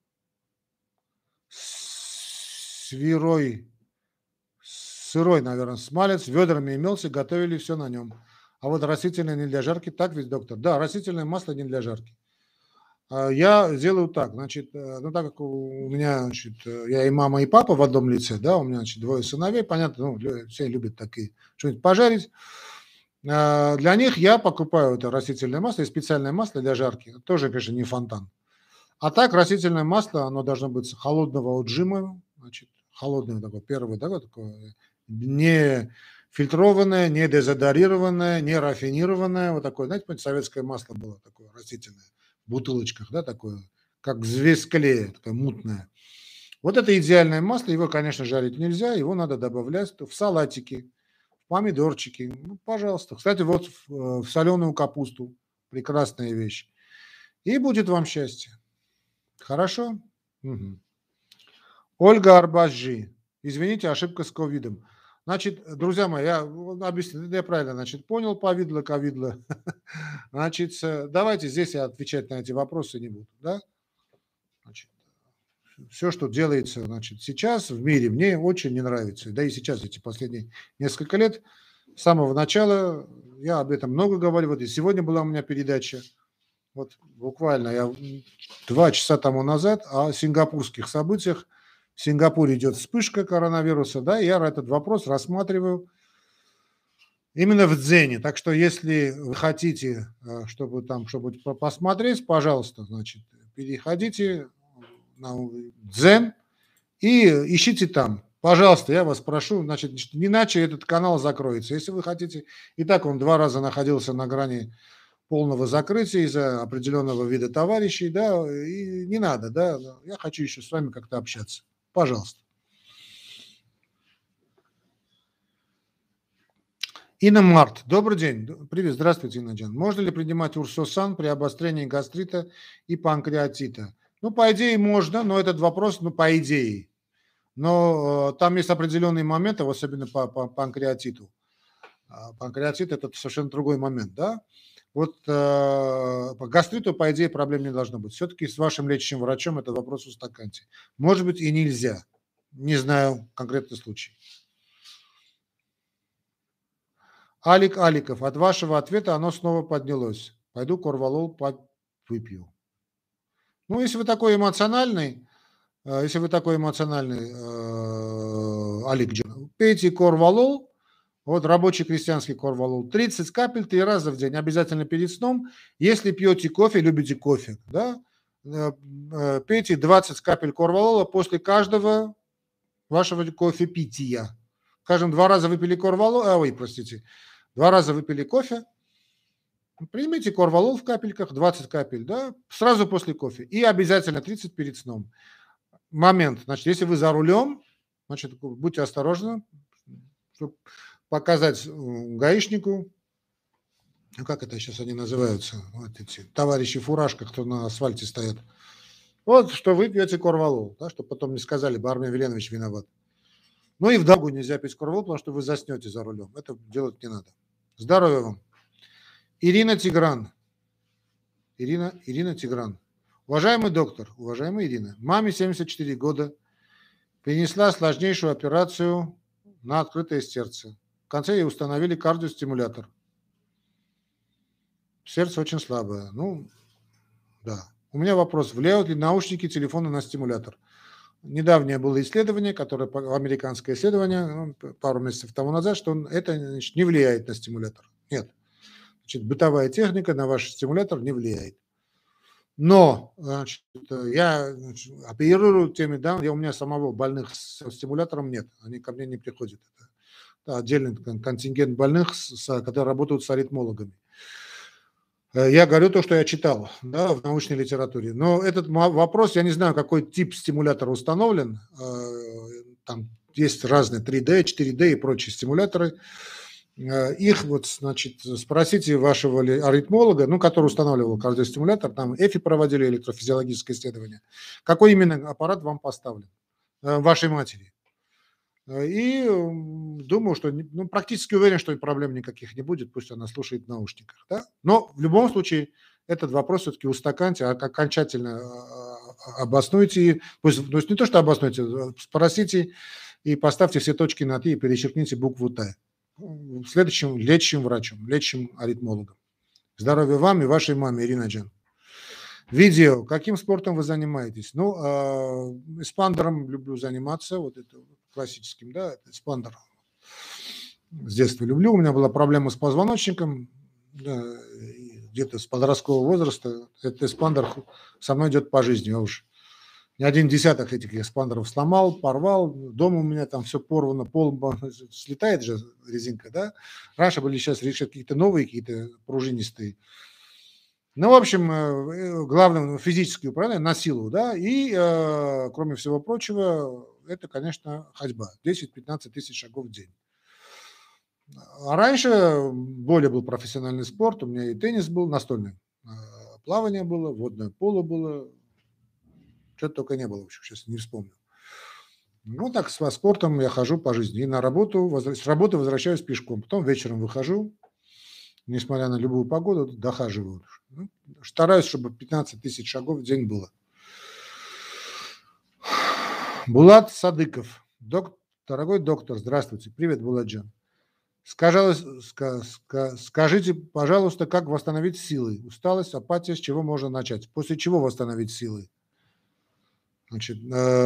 сырой, наверное, смалец, ведрами имелся, готовили все на нем. А вот растительное не для жарки, так ведь, доктор? Да, растительное масло не для жарки. Я делаю так, значит, так как у меня, значит, я и мама, и папа в одном лице, да, у меня, значит, 2 сыновей, понятно, все любят такие, что-нибудь пожарить. Для них я покупаю это растительное масло и специальное масло для жарки, тоже, конечно, не фонтан. А так, растительное масло, оно должно быть холодного отжима, значит, холодное такое, первое, да, такое, не фильтрованное, не дезодорированное, не рафинированное, вот такое, знаете, советское масло было такое растительное. В бутылочках, да, такое, как взвесь клея, такое мутное. Вот это идеальное масло, его, конечно, жарить нельзя, его надо добавлять в салатики, в помидорчики, пожалуйста. Кстати, вот в соленую капусту, прекрасная вещь. И будет вам счастье. Хорошо? Угу. Ольга Арбажи. Извините, ошибка с ковидом. Значит, друзья мои, я объясню, я правильно, значит, понял, ковидло. Значит, давайте здесь я отвечать на эти вопросы не буду, да? Значит, все, что делается, значит, сейчас в мире, мне очень не нравится. Да и сейчас, эти последние несколько лет, с самого начала, я об этом много говорю. Вот и сегодня была у меня передача. Вот буквально я 2 часа тому назад о сингапурских событиях. В Сингапуре идет вспышка коронавируса, да, и я этот вопрос рассматриваю именно в Дзене. Так что если вы хотите, чтобы там что-нибудь посмотреть, пожалуйста, значит, переходите на Дзен и ищите там. Пожалуйста, я вас прошу, значит, иначе этот канал закроется. Если вы хотите, и так он 2 раза находился на грани полного закрытия из-за определенного вида товарищей, да, и не надо, да, я хочу еще с вами как-то общаться. Пожалуйста. Инна Март, добрый день. Привет, здравствуйте, Инна Джан. Можно ли принимать урсосан при обострении гастрита и панкреатита? Ну, по идее, можно, но этот вопрос, ну, по идее. Но там есть определенные моменты, особенно по панкреатиту. Панкреатит – это совершенно другой момент, да? Вот по гастриту, по идее, проблем не должно быть. Все-таки с вашим лечащим врачом этот вопрос устаканьте. Может быть, и нельзя. Не знаю конкретный случай. Алик Аликов, от вашего ответа оно снова поднялось. Пойду корвалол выпью. Ну, если вы такой эмоциональный, Алик, пейте корвалол, вот рабочий крестьянский корвалол, 30 капель 3 раза в день, обязательно перед сном. Если пьете кофе, любите кофе, да, пейте 20 капель корвалола после каждого вашего кофе пития. Скажем, 2 раза выпили корвалол, 2 раза выпили кофе, примите корвалол в капельках, 20 капель, да, сразу после кофе. И обязательно 30 перед сном. Момент, значит, если вы за рулем, значит, будьте осторожны, чтобы показать гаишнику, ну, как это сейчас они называются, вот эти товарищи в фуражках, кто на асфальте стоят, вот, что вы пьете корвалол, да, чтобы потом не сказали, Армен Веленович виноват. Ну и в дорогу нельзя пить корвалол, потому что вы заснете за рулем. Это делать не надо. Здоровья вам. Ирина Тигран. Ирина Тигран. Уважаемый доктор, уважаемая Ирина, маме 74 года, перенесла сложнейшую операцию на открытое сердце. В конце ей установили кардиостимулятор. Сердце очень слабое. Ну, да. У меня вопрос, влияют ли наушники телефона на стимулятор? Недавнее было исследование, которое американское исследование, пару месяцев тому назад, что это, значит, не влияет на стимулятор. Нет. Значит, бытовая техника на ваш стимулятор не влияет. Но, значит, я оперирую теми, да, у меня самого больных с стимулятором нет, они ко мне не приходят. Это отдельный контингент больных, которые работают с аритмологами. Я говорю то, что я читал, да, в научной литературе. Но этот вопрос, я не знаю, какой тип стимулятора установлен. Там есть разные 3D, 4D и прочие стимуляторы. Их вот, значит, спросите вашего аритмолога, ну, который устанавливал кардиостимулятор, там ЭФИ проводили, электрофизиологическое исследование, какой именно аппарат вам поставлен, вашей матери. И думаю, что, ну, практически уверен, что проблем никаких не будет, пусть она слушает в наушниках. Да? Но в любом случае этот вопрос все-таки устаканьте, окончательно обоснуйте, то есть не то, что обоснуйте, спросите и поставьте все точки над «и» и перечеркните букву «Т». Следующим лечащим врачом, лечащим аритмологом. Здоровья вам и вашей маме, Ирина Джан. Видео. Каким спортом вы занимаетесь? Ну, эспандером люблю заниматься, вот это классическим, да, эспандер. С детства люблю. У меня была проблема с позвоночником, да, где-то с подросткового возраста. Этот эспандер со мной идет по жизни. Я уж не один десяток этих эспандеров сломал, порвал. Дома у меня там все порвано, пол слетает же резинка, да. Раньше были, сейчас решат какие-то новые, какие-то пружинистые. Ну, в общем, главное физическое управление на силу, да, и, кроме всего прочего, это, конечно, ходьба. 10-15 тысяч шагов в день. А раньше более был профессиональный спорт, у меня и теннис был, настольный, плавание было, водное поло было, что-то только не было, в общем, сейчас не вспомню. Ну, так, со спортом я хожу по жизни. И на работу, с работы возвращаюсь пешком, потом вечером выхожу, несмотря на любую погоду, дохаживаю. Ну, стараюсь, чтобы 15 тысяч шагов в день было. Булат Садыков. Дорогой доктор, здравствуйте. Привет, Буладжан. Скажите, пожалуйста, как восстановить силы? Усталость, апатия, с чего можно начать? После чего восстановить силы? Значит,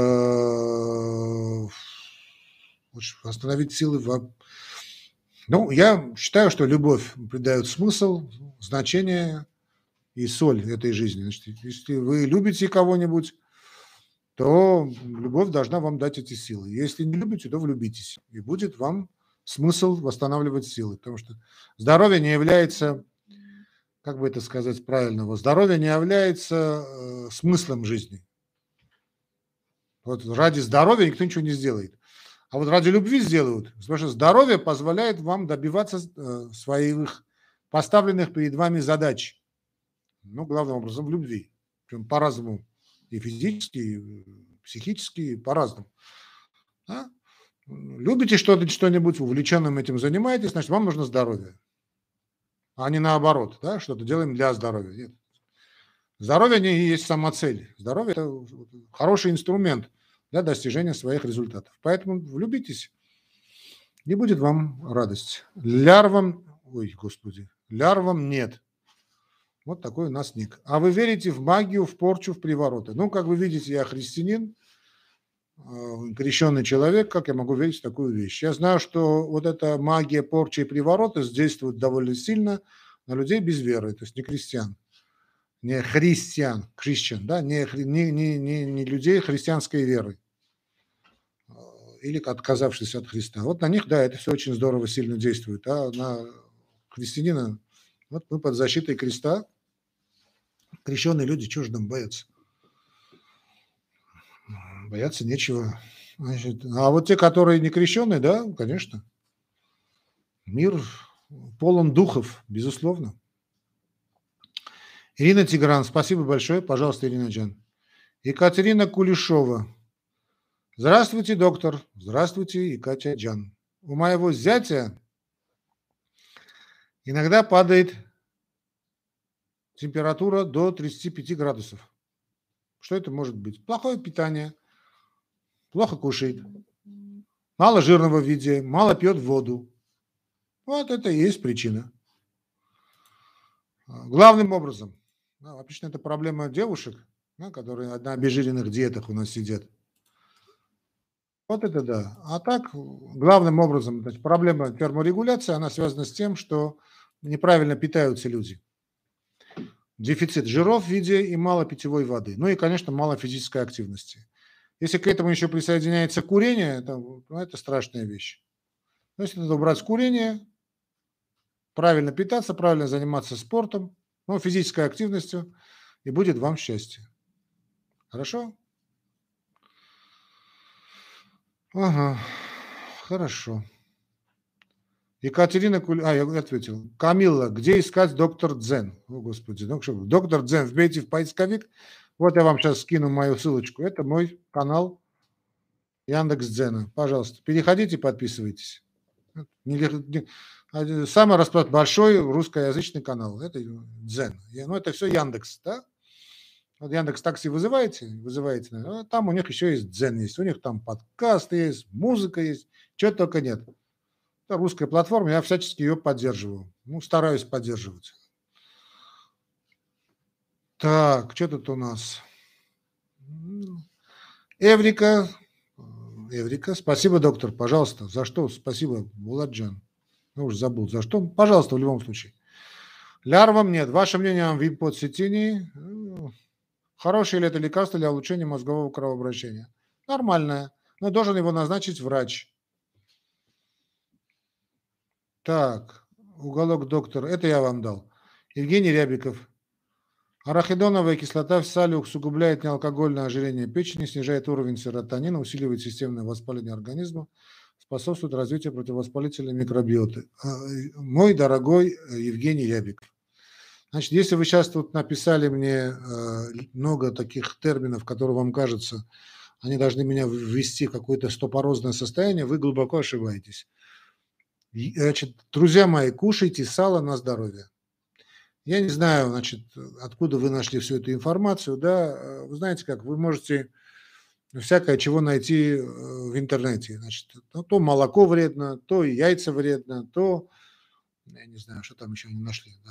восстановить силы. Ну, я считаю, что любовь придает смысл, значение и соль этой жизни. Значит, если вы любите кого-нибудь, то любовь должна вам дать эти силы. Если не любите, то влюбитесь, и будет вам смысл восстанавливать силы. Потому что здоровье не является, как бы это сказать правильно, здоровье не является смыслом жизни. Вот ради здоровья никто ничего не сделает. А вот ради любви сделают, потому что здоровье позволяет вам добиваться своих поставленных перед вами задач. Ну, главным образом, в любви. Причем по-разному. И физически, и психически, и по-разному. Да? Любите что-нибудь, увлеченным этим занимаетесь, значит, вам нужно здоровье. А не наоборот, да, что-то делаем для здоровья. Нет. Здоровье не есть сама цель. Здоровье – это хороший инструмент для достижения своих результатов. Поэтому влюбитесь, и будет вам радость. Лярвам нет. Вот такой у нас ник. А вы верите в магию, в порчу, в привороты? Ну, как вы видите, я христианин, крещенный человек, как я могу верить в такую вещь? Я знаю, что вот эта магия, порча и привороты действуют довольно сильно на людей без веры, то есть не крестьян. Не христиан, да, не людей христианской веры или отказавшихся от Христа. Вот на них, да, это все очень здорово, сильно действует. А на христианина, вот мы под защитой креста, крещенные люди, чего же нам бояться? Бояться нечего. Значит, а вот те, которые не крещенные, да, конечно, мир полон духов, безусловно. Ирина Тигран, спасибо большое. Пожалуйста, Ирина Джан. Екатерина Кулешова. Здравствуйте, доктор. Здравствуйте, Екатерина Джан. У моего зятя иногда падает температура до 35 градусов. Что это может быть? Плохое питание, плохо кушает, мало жирного в виде, мало пьет воду. Вот это и есть причина. Главным образом, обычно это проблема девушек, которые на обезжиренных диетах у нас сидят. Вот это да. А так, главным образом, значит, проблема терморегуляции, она связана с тем, что неправильно питаются люди. Дефицит жиров в виде и мало питьевой воды. Ну и, конечно, мало физической активности. Если к этому еще присоединяется курение, это страшная вещь. То есть надо убрать курение, правильно питаться, правильно заниматься спортом, физической активностью, и будет вам счастье. Хорошо? Ага, хорошо. Екатерина я ответил. Камилла, где искать доктор Дзен? О, Господи, доктор Дзен, вбейте в поисковик. Вот я вам сейчас скину мою ссылочку. Это мой канал Яндекс.Дзена. Пожалуйста, переходите, подписывайтесь. Самый большой русскоязычный канал. Это Дзен. Это все Яндекс, да? Вот Яндекс Такси вызываете, там у них еще есть Дзен, есть. У них там подкасты есть, музыка есть, чего только нет. Это русская платформа, я всячески ее поддерживаю. Стараюсь поддерживать. Так, что тут у нас? Эврика, спасибо, доктор, пожалуйста. За что? Спасибо, Буладжан. Уже забыл, за что. Пожалуйста, в любом случае. Лярвам нет. Ваше мнение о випоцитинии? Хорошее ли это лекарство для улучшения мозгового кровообращения? Нормальное, но должен его назначить врач. Так, уголок доктор, это я вам дал. Евгений Рябиков. Арахидоновая кислота в сале усугубляет неалкогольное ожирение печени, снижает уровень серотонина, усиливает системное воспаление организма, способствует развитию противовоспалительной микробиоты. Мой дорогой Евгений Рябиков. Значит, если вы сейчас тут написали мне много таких терминов, которые вам кажется, они должны меня ввести в какое-то стопорозное состояние, вы глубоко ошибаетесь. Значит, друзья мои, кушайте сало на здоровье. Я не знаю, значит, откуда вы нашли всю эту информацию, да, вы знаете как, вы можете всякое, чего найти в интернете. Значит, то молоко вредно, то яйца вредно, то, я не знаю, что там еще не нашли. Да.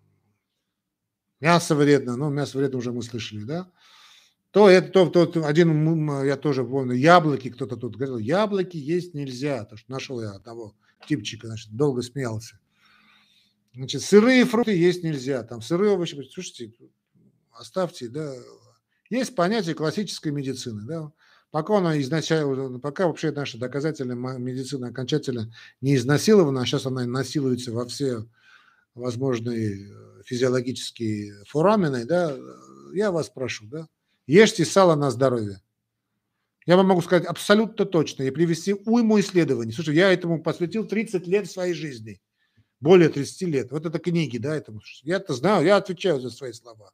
Мясо вредно, ну, мясо вредно уже мы слышали, да. То это, один, я тоже помню, яблоки, кто-то тут говорил, яблоки есть нельзя, потому что нашел я одного типчика, значит, долго смеялся. Значит, сырые фрукты есть нельзя, там сырые овощи, слушайте, оставьте, да. Есть понятие классической медицины, да. Пока она изначально, пока вообще наша доказательная медицина окончательно не изнасилована, а сейчас она насилуется во все возможные физиологические форамины, да, я вас прошу, да, ешьте сало на здоровье. Я вам могу сказать абсолютно точно и привести уйму исследований. Слушай, я этому посвятил 30 лет своей жизни, более 30 лет. Вот это книги, да, этому. Я-то знаю, я отвечаю за свои слова.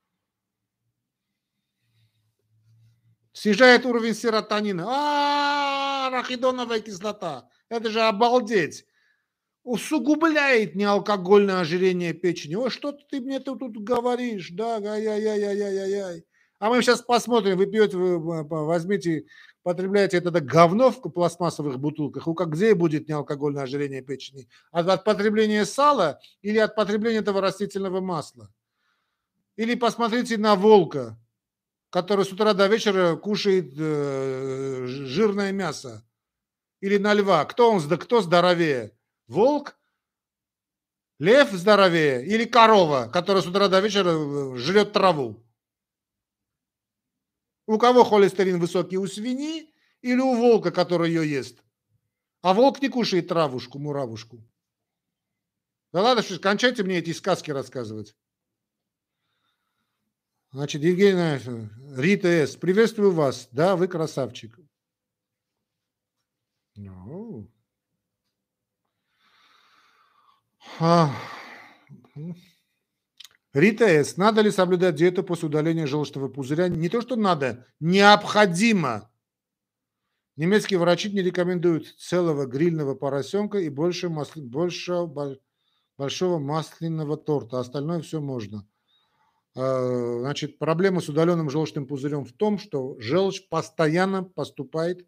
Снижает уровень серотонина. Арахидоновая кислота. Это же обалдеть. Усугубляет неалкогольное ожирение печени. Ой, что ты мне тут говоришь? Да, ай-яй-яй-яй-яй-яй. А мы сейчас посмотрим, вы пьете, вы возьмите, потребляете это говно в пластмассовых бутылках, где будет неалкогольное ожирение печени? От потребления сала или от потребления этого растительного масла? Или посмотрите на волка, который с утра до вечера кушает жирное мясо. Или на льва. Кто здоровее? Волк? Лев здоровее? Или корова, которая с утра до вечера жрет траву? У кого холестерин высокий? У свиньи или у волка, который ее ест? А волк не кушает травушку, муравушку. Да ладно, что кончайте мне эти сказки рассказывать. Значит, Евгений, Рита С., приветствую вас. Да, вы красавчик. Ну. Рита С., надо ли соблюдать диету после удаления желчного пузыря? Не то, что надо, необходимо. Немецкие врачи не рекомендуют целого грильного поросенка и большого масляного торта. Остальное все можно. Значит, проблема с удаленным желчным пузырем в том, что желчь постоянно поступает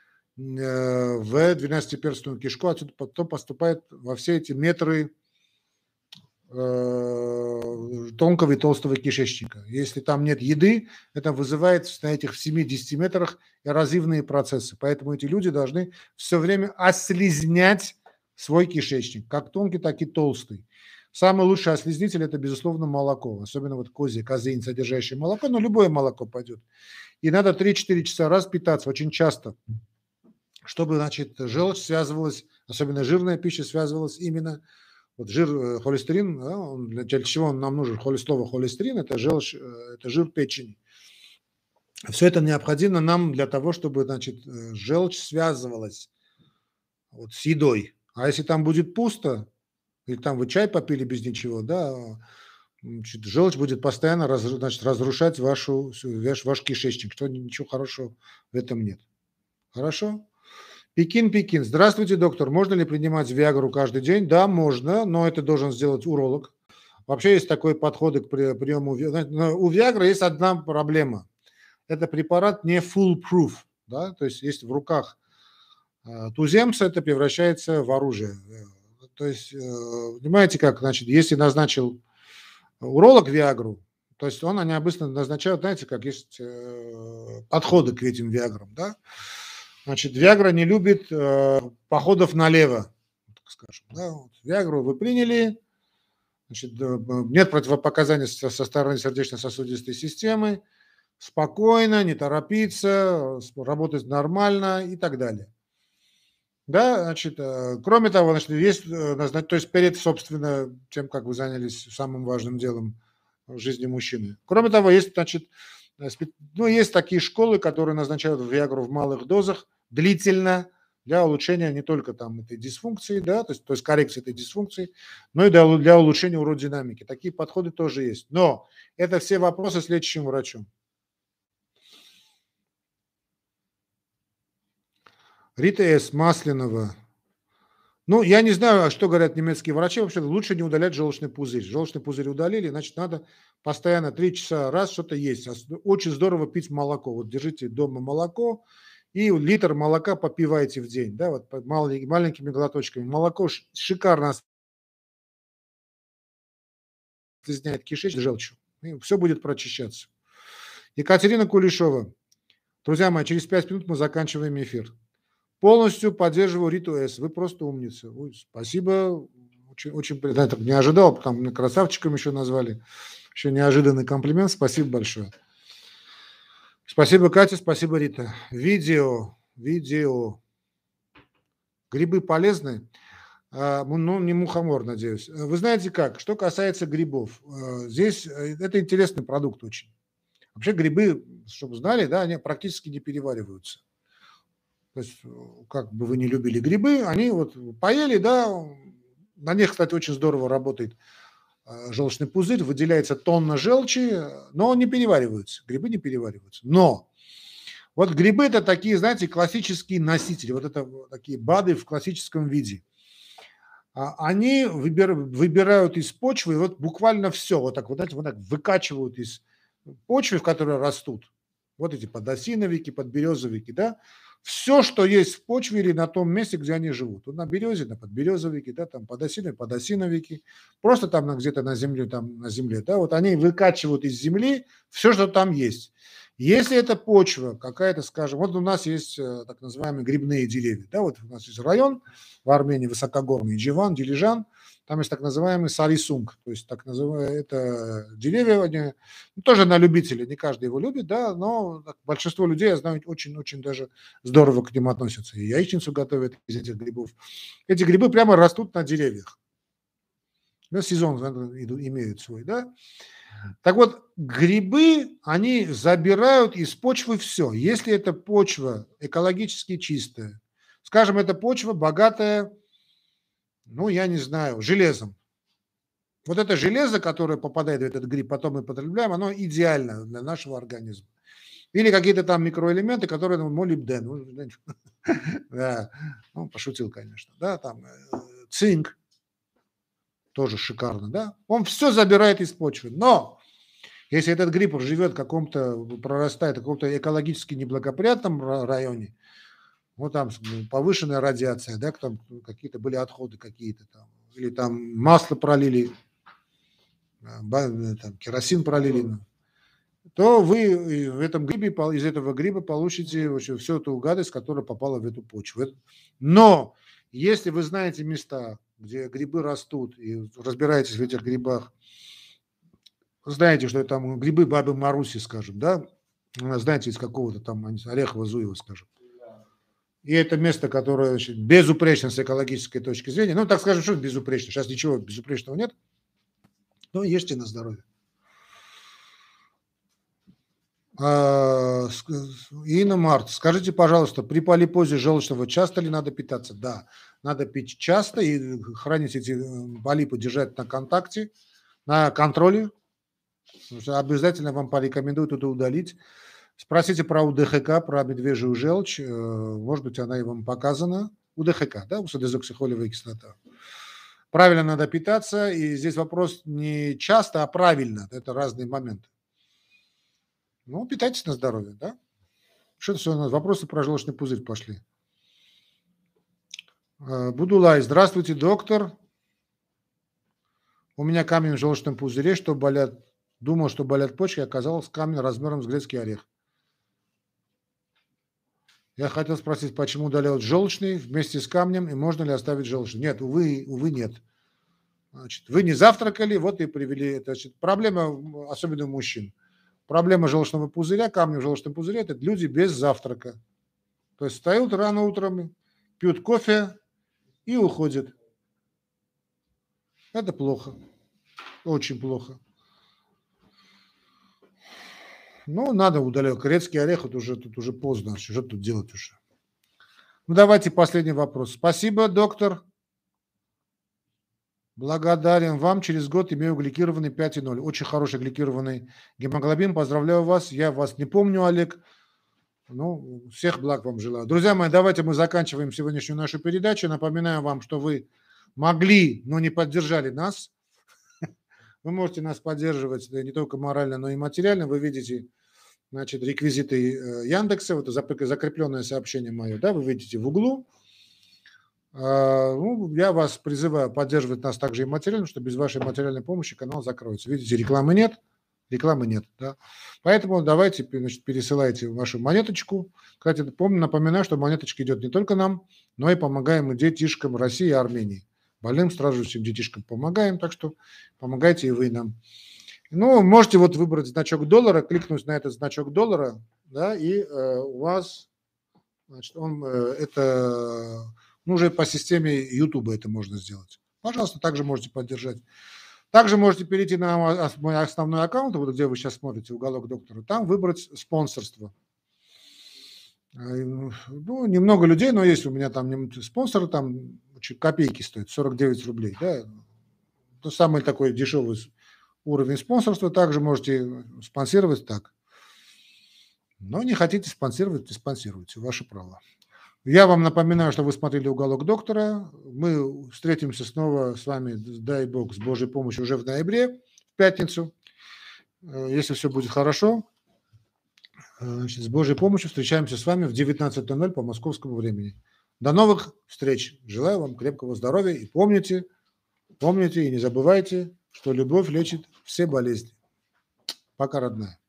в двенадцатиперстную кишку, отсюда потом поступает во все эти метры тонкого и толстого кишечника. Если там нет еды, это вызывает на этих 7-10 метрах эрозивные процессы. Поэтому эти люди должны все время ослизнять свой кишечник, как тонкий, так и толстый. Самый лучший ослизнитель – это, безусловно, молоко, особенно вот козье, казеин, содержащее молоко, но любое молоко пойдет. И надо 3-4 часа раз питаться очень часто, чтобы, значит, желчь связывалась, особенно жирная пища связывалась именно. Вот жир, холестерин, да, для чего он нам нужен? Слово холестерин – это желчь, это жир печени. Все это необходимо нам для того, чтобы, значит, желчь связывалась вот с едой. А если там будет пусто, или там вы чай попили без ничего, да, значит, желчь будет постоянно разрушать ваш кишечник, что ничего хорошего в этом нет. Хорошо? Пекин. Здравствуйте, доктор. Можно ли принимать Виагру каждый день? Да, можно, но это должен сделать уролог. Вообще есть такой подход к приему. У Виагры есть одна проблема. Это препарат не foolproof. Да? То есть если в руках туземца, это превращается в оружие. То есть, понимаете как, значит, если назначил уролог Виагру, то есть он, они обычно назначают, знаете, как есть подходы к этим Виаграм, да? Значит, Виагра не любит походов налево, так скажем. Да? Вот, Виагру вы приняли, значит, нет противопоказаний со стороны сердечно-сосудистой системы, спокойно, не торопиться, работать нормально и так далее. Да, значит, кроме того, значит, есть, то есть перед, собственно, тем, как вы занялись самым важным делом в жизни мужчины. Кроме того, есть, значит, есть такие школы, которые назначают Виагру в малых дозах длительно для улучшения не только там этой дисфункции, да, то есть коррекции этой дисфункции, но и для улучшения уродинамики. Такие подходы тоже есть. Но это все вопросы с лечащим врачом. Рита С. Масляного. Ну, я не знаю, что говорят немецкие врачи. Вообще лучше не удалять желчный пузырь. Желчный пузырь удалили, значит, надо постоянно 3 часа раз что-то есть. Очень здорово пить молоко. Вот держите дома молоко и литр молока попивайте в день. Да, вот маленькими глоточками. Молоко шикарно загрязняет кишечник желчью. И все будет прочищаться. Екатерина Кулешова. Друзья мои, через 5 минут мы заканчиваем эфир. Полностью поддерживаю Риту С. Вы просто умница. Ой, спасибо. Очень, очень приятно. Так не ожидал, потому меня красавчиком еще назвали. Еще неожиданный комплимент. Спасибо большое. Спасибо, Катя, спасибо, Рита. Видео. Грибы полезны, но не мухомор, надеюсь. Вы знаете как? Что касается грибов, здесь это интересный продукт очень. Вообще грибы, чтобы знали, да, они практически не перевариваются. То есть, как бы вы не любили грибы, они вот поели, да, на них, кстати, очень здорово работает желчный пузырь, выделяется тонна желчи, но не перевариваются, грибы не перевариваются. Но вот грибы – это такие, знаете, классические носители, вот это такие БАДы в классическом виде. Они выбирают из почвы вот буквально все, вот так, знаете, вот так выкачивают из почвы, в которой растут, вот эти подосиновики, подберезовики, да, все, что есть в почве или на том месте, где они живут. Вот на березе, на подберезовике, да, там подосиновики, просто там где-то на земле, да, вот они выкачивают из земли все, что там есть. Если это почва какая-то, скажем, вот у нас есть так называемые грибные деревья, да, вот у нас есть район в Армении высокогорный, Дживан, Дилижан, там есть так называемый сарисунг, то есть так называемые это деревья, они, тоже на любителя, не каждый его любит, да, но большинство людей, я знаю, очень-очень даже здорово к ним относятся. И яичницу готовят из этих грибов. Эти грибы прямо растут на деревьях. Да, сезон имеют свой, да. Так вот, грибы, они забирают из почвы все. Если эта почва экологически чистая, скажем, эта почва богатая, ну, я не знаю, железом. Вот это железо, которое попадает в этот гриб, потом мы потребляем, оно идеально для нашего организма. Или какие-то там микроэлементы, которые, молибден, да, ну, пошутил, конечно, да, там цинк, тоже шикарно, да, он все забирает из почвы, но если этот гриб живет в каком-то, прорастает в каком-то экологически неблагоприятном районе, вот там повышенная радиация, да, там какие-то были отходы какие-то там, или там масло пролили, там, керосин пролили, то вы в этом грибе, из этого гриба получите всю эту гадость, которая попала в эту почву. Но если вы знаете места, где грибы растут, и разбираетесь в этих грибах, знаете, что это там грибы бабы Маруси, скажем, да, знаете, из какого-то там Орехово-Зуева, скажем. И это место, которое, значит, безупречно с экологической точки зрения. Ну, так скажем, что безупречно. Сейчас ничего безупречного нет. Но ешьте на здоровье. Инна Март, скажите, пожалуйста, при полипозе желчного часто ли надо питаться? Да, надо пить часто и хранить эти полипы, держать на контакте, на контроле. Обязательно вам порекомендуют это удалить. Спросите про УДХК, про медвежью желчь. Может быть, она и вам показана. УДХК, да, уксодезоксихолевая кислота. Правильно надо питаться. И здесь вопрос не часто, а правильно. Это разные моменты. Ну, питайтесь на здоровье, да? Что-то все у нас вопросы про желчный пузырь пошли. Будулай, здравствуйте, доктор. У меня камень в желчном пузыре, что болят. Думал, что болят почки, оказалось камень размером с грецкий орех. Я хотел спросить, почему удаляют желчный вместе с камнем, и можно ли оставить желчный? Нет, увы, нет. Значит, вы не завтракали, вот и привели это. Значит, проблема, особенно у мужчин. Проблема желчного пузыря, камня в желчном пузыре – это люди без завтрака. То есть встают рано утром, пьют кофе и уходят. Это плохо. Очень плохо. Ну, надо удалять. Грецкий орех, тут уже поздно. Что тут делать уже? Ну, давайте последний вопрос. Спасибо, доктор. Благодарен вам. Через год имею гликированный 5,0. Очень хороший гликированный гемоглобин. Поздравляю вас. Я вас не помню, Олег. Ну, всех благ вам желаю. Друзья мои, давайте мы заканчиваем сегодняшнюю нашу передачу. Напоминаю вам, что вы могли, но не поддержали нас. Вы можете нас поддерживать не только морально, но и материально. Вы видите, значит, реквизиты Яндекса, вот закрепленное сообщение мое, да, вы видите в углу. Ну, я вас призываю поддерживать нас также и материально, что без вашей материальной помощи канал закроется. Видите, рекламы нет, да. Поэтому давайте, значит, пересылайте вашу монеточку. Кстати, напоминаю, что монеточка идет не только нам, но и помогаем и детишкам России и Армении. Больным, страждущим детишкам помогаем, так что помогайте и вы нам. Ну, можете вот выбрать значок доллара, кликнуть на этот значок доллара, да, и у вас, значит, это, ну, уже по системе YouTube это можно сделать. Пожалуйста, также можете поддержать. Также можете перейти на мой основной аккаунт, вот где вы сейчас смотрите, уголок доктора, там выбрать спонсорство. Ну, немного людей, но есть у меня там спонсоры, там копейки стоят, 49 рублей, да. Это самый такой дешевый уровень спонсорства. Также можете спонсировать так. Но не хотите спонсировать, не спонсируйте, ваше право. Я вам напоминаю, что вы смотрели «Уголок доктора». Мы встретимся снова с вами, дай бог, с Божьей помощью уже в ноябре, в пятницу. Если все будет хорошо, значит, с Божьей помощью встречаемся с вами в 19:00 по московскому времени. До новых встреч. Желаю вам крепкого здоровья. И помните и не забывайте, что любовь лечит все болезни. Пока, родная.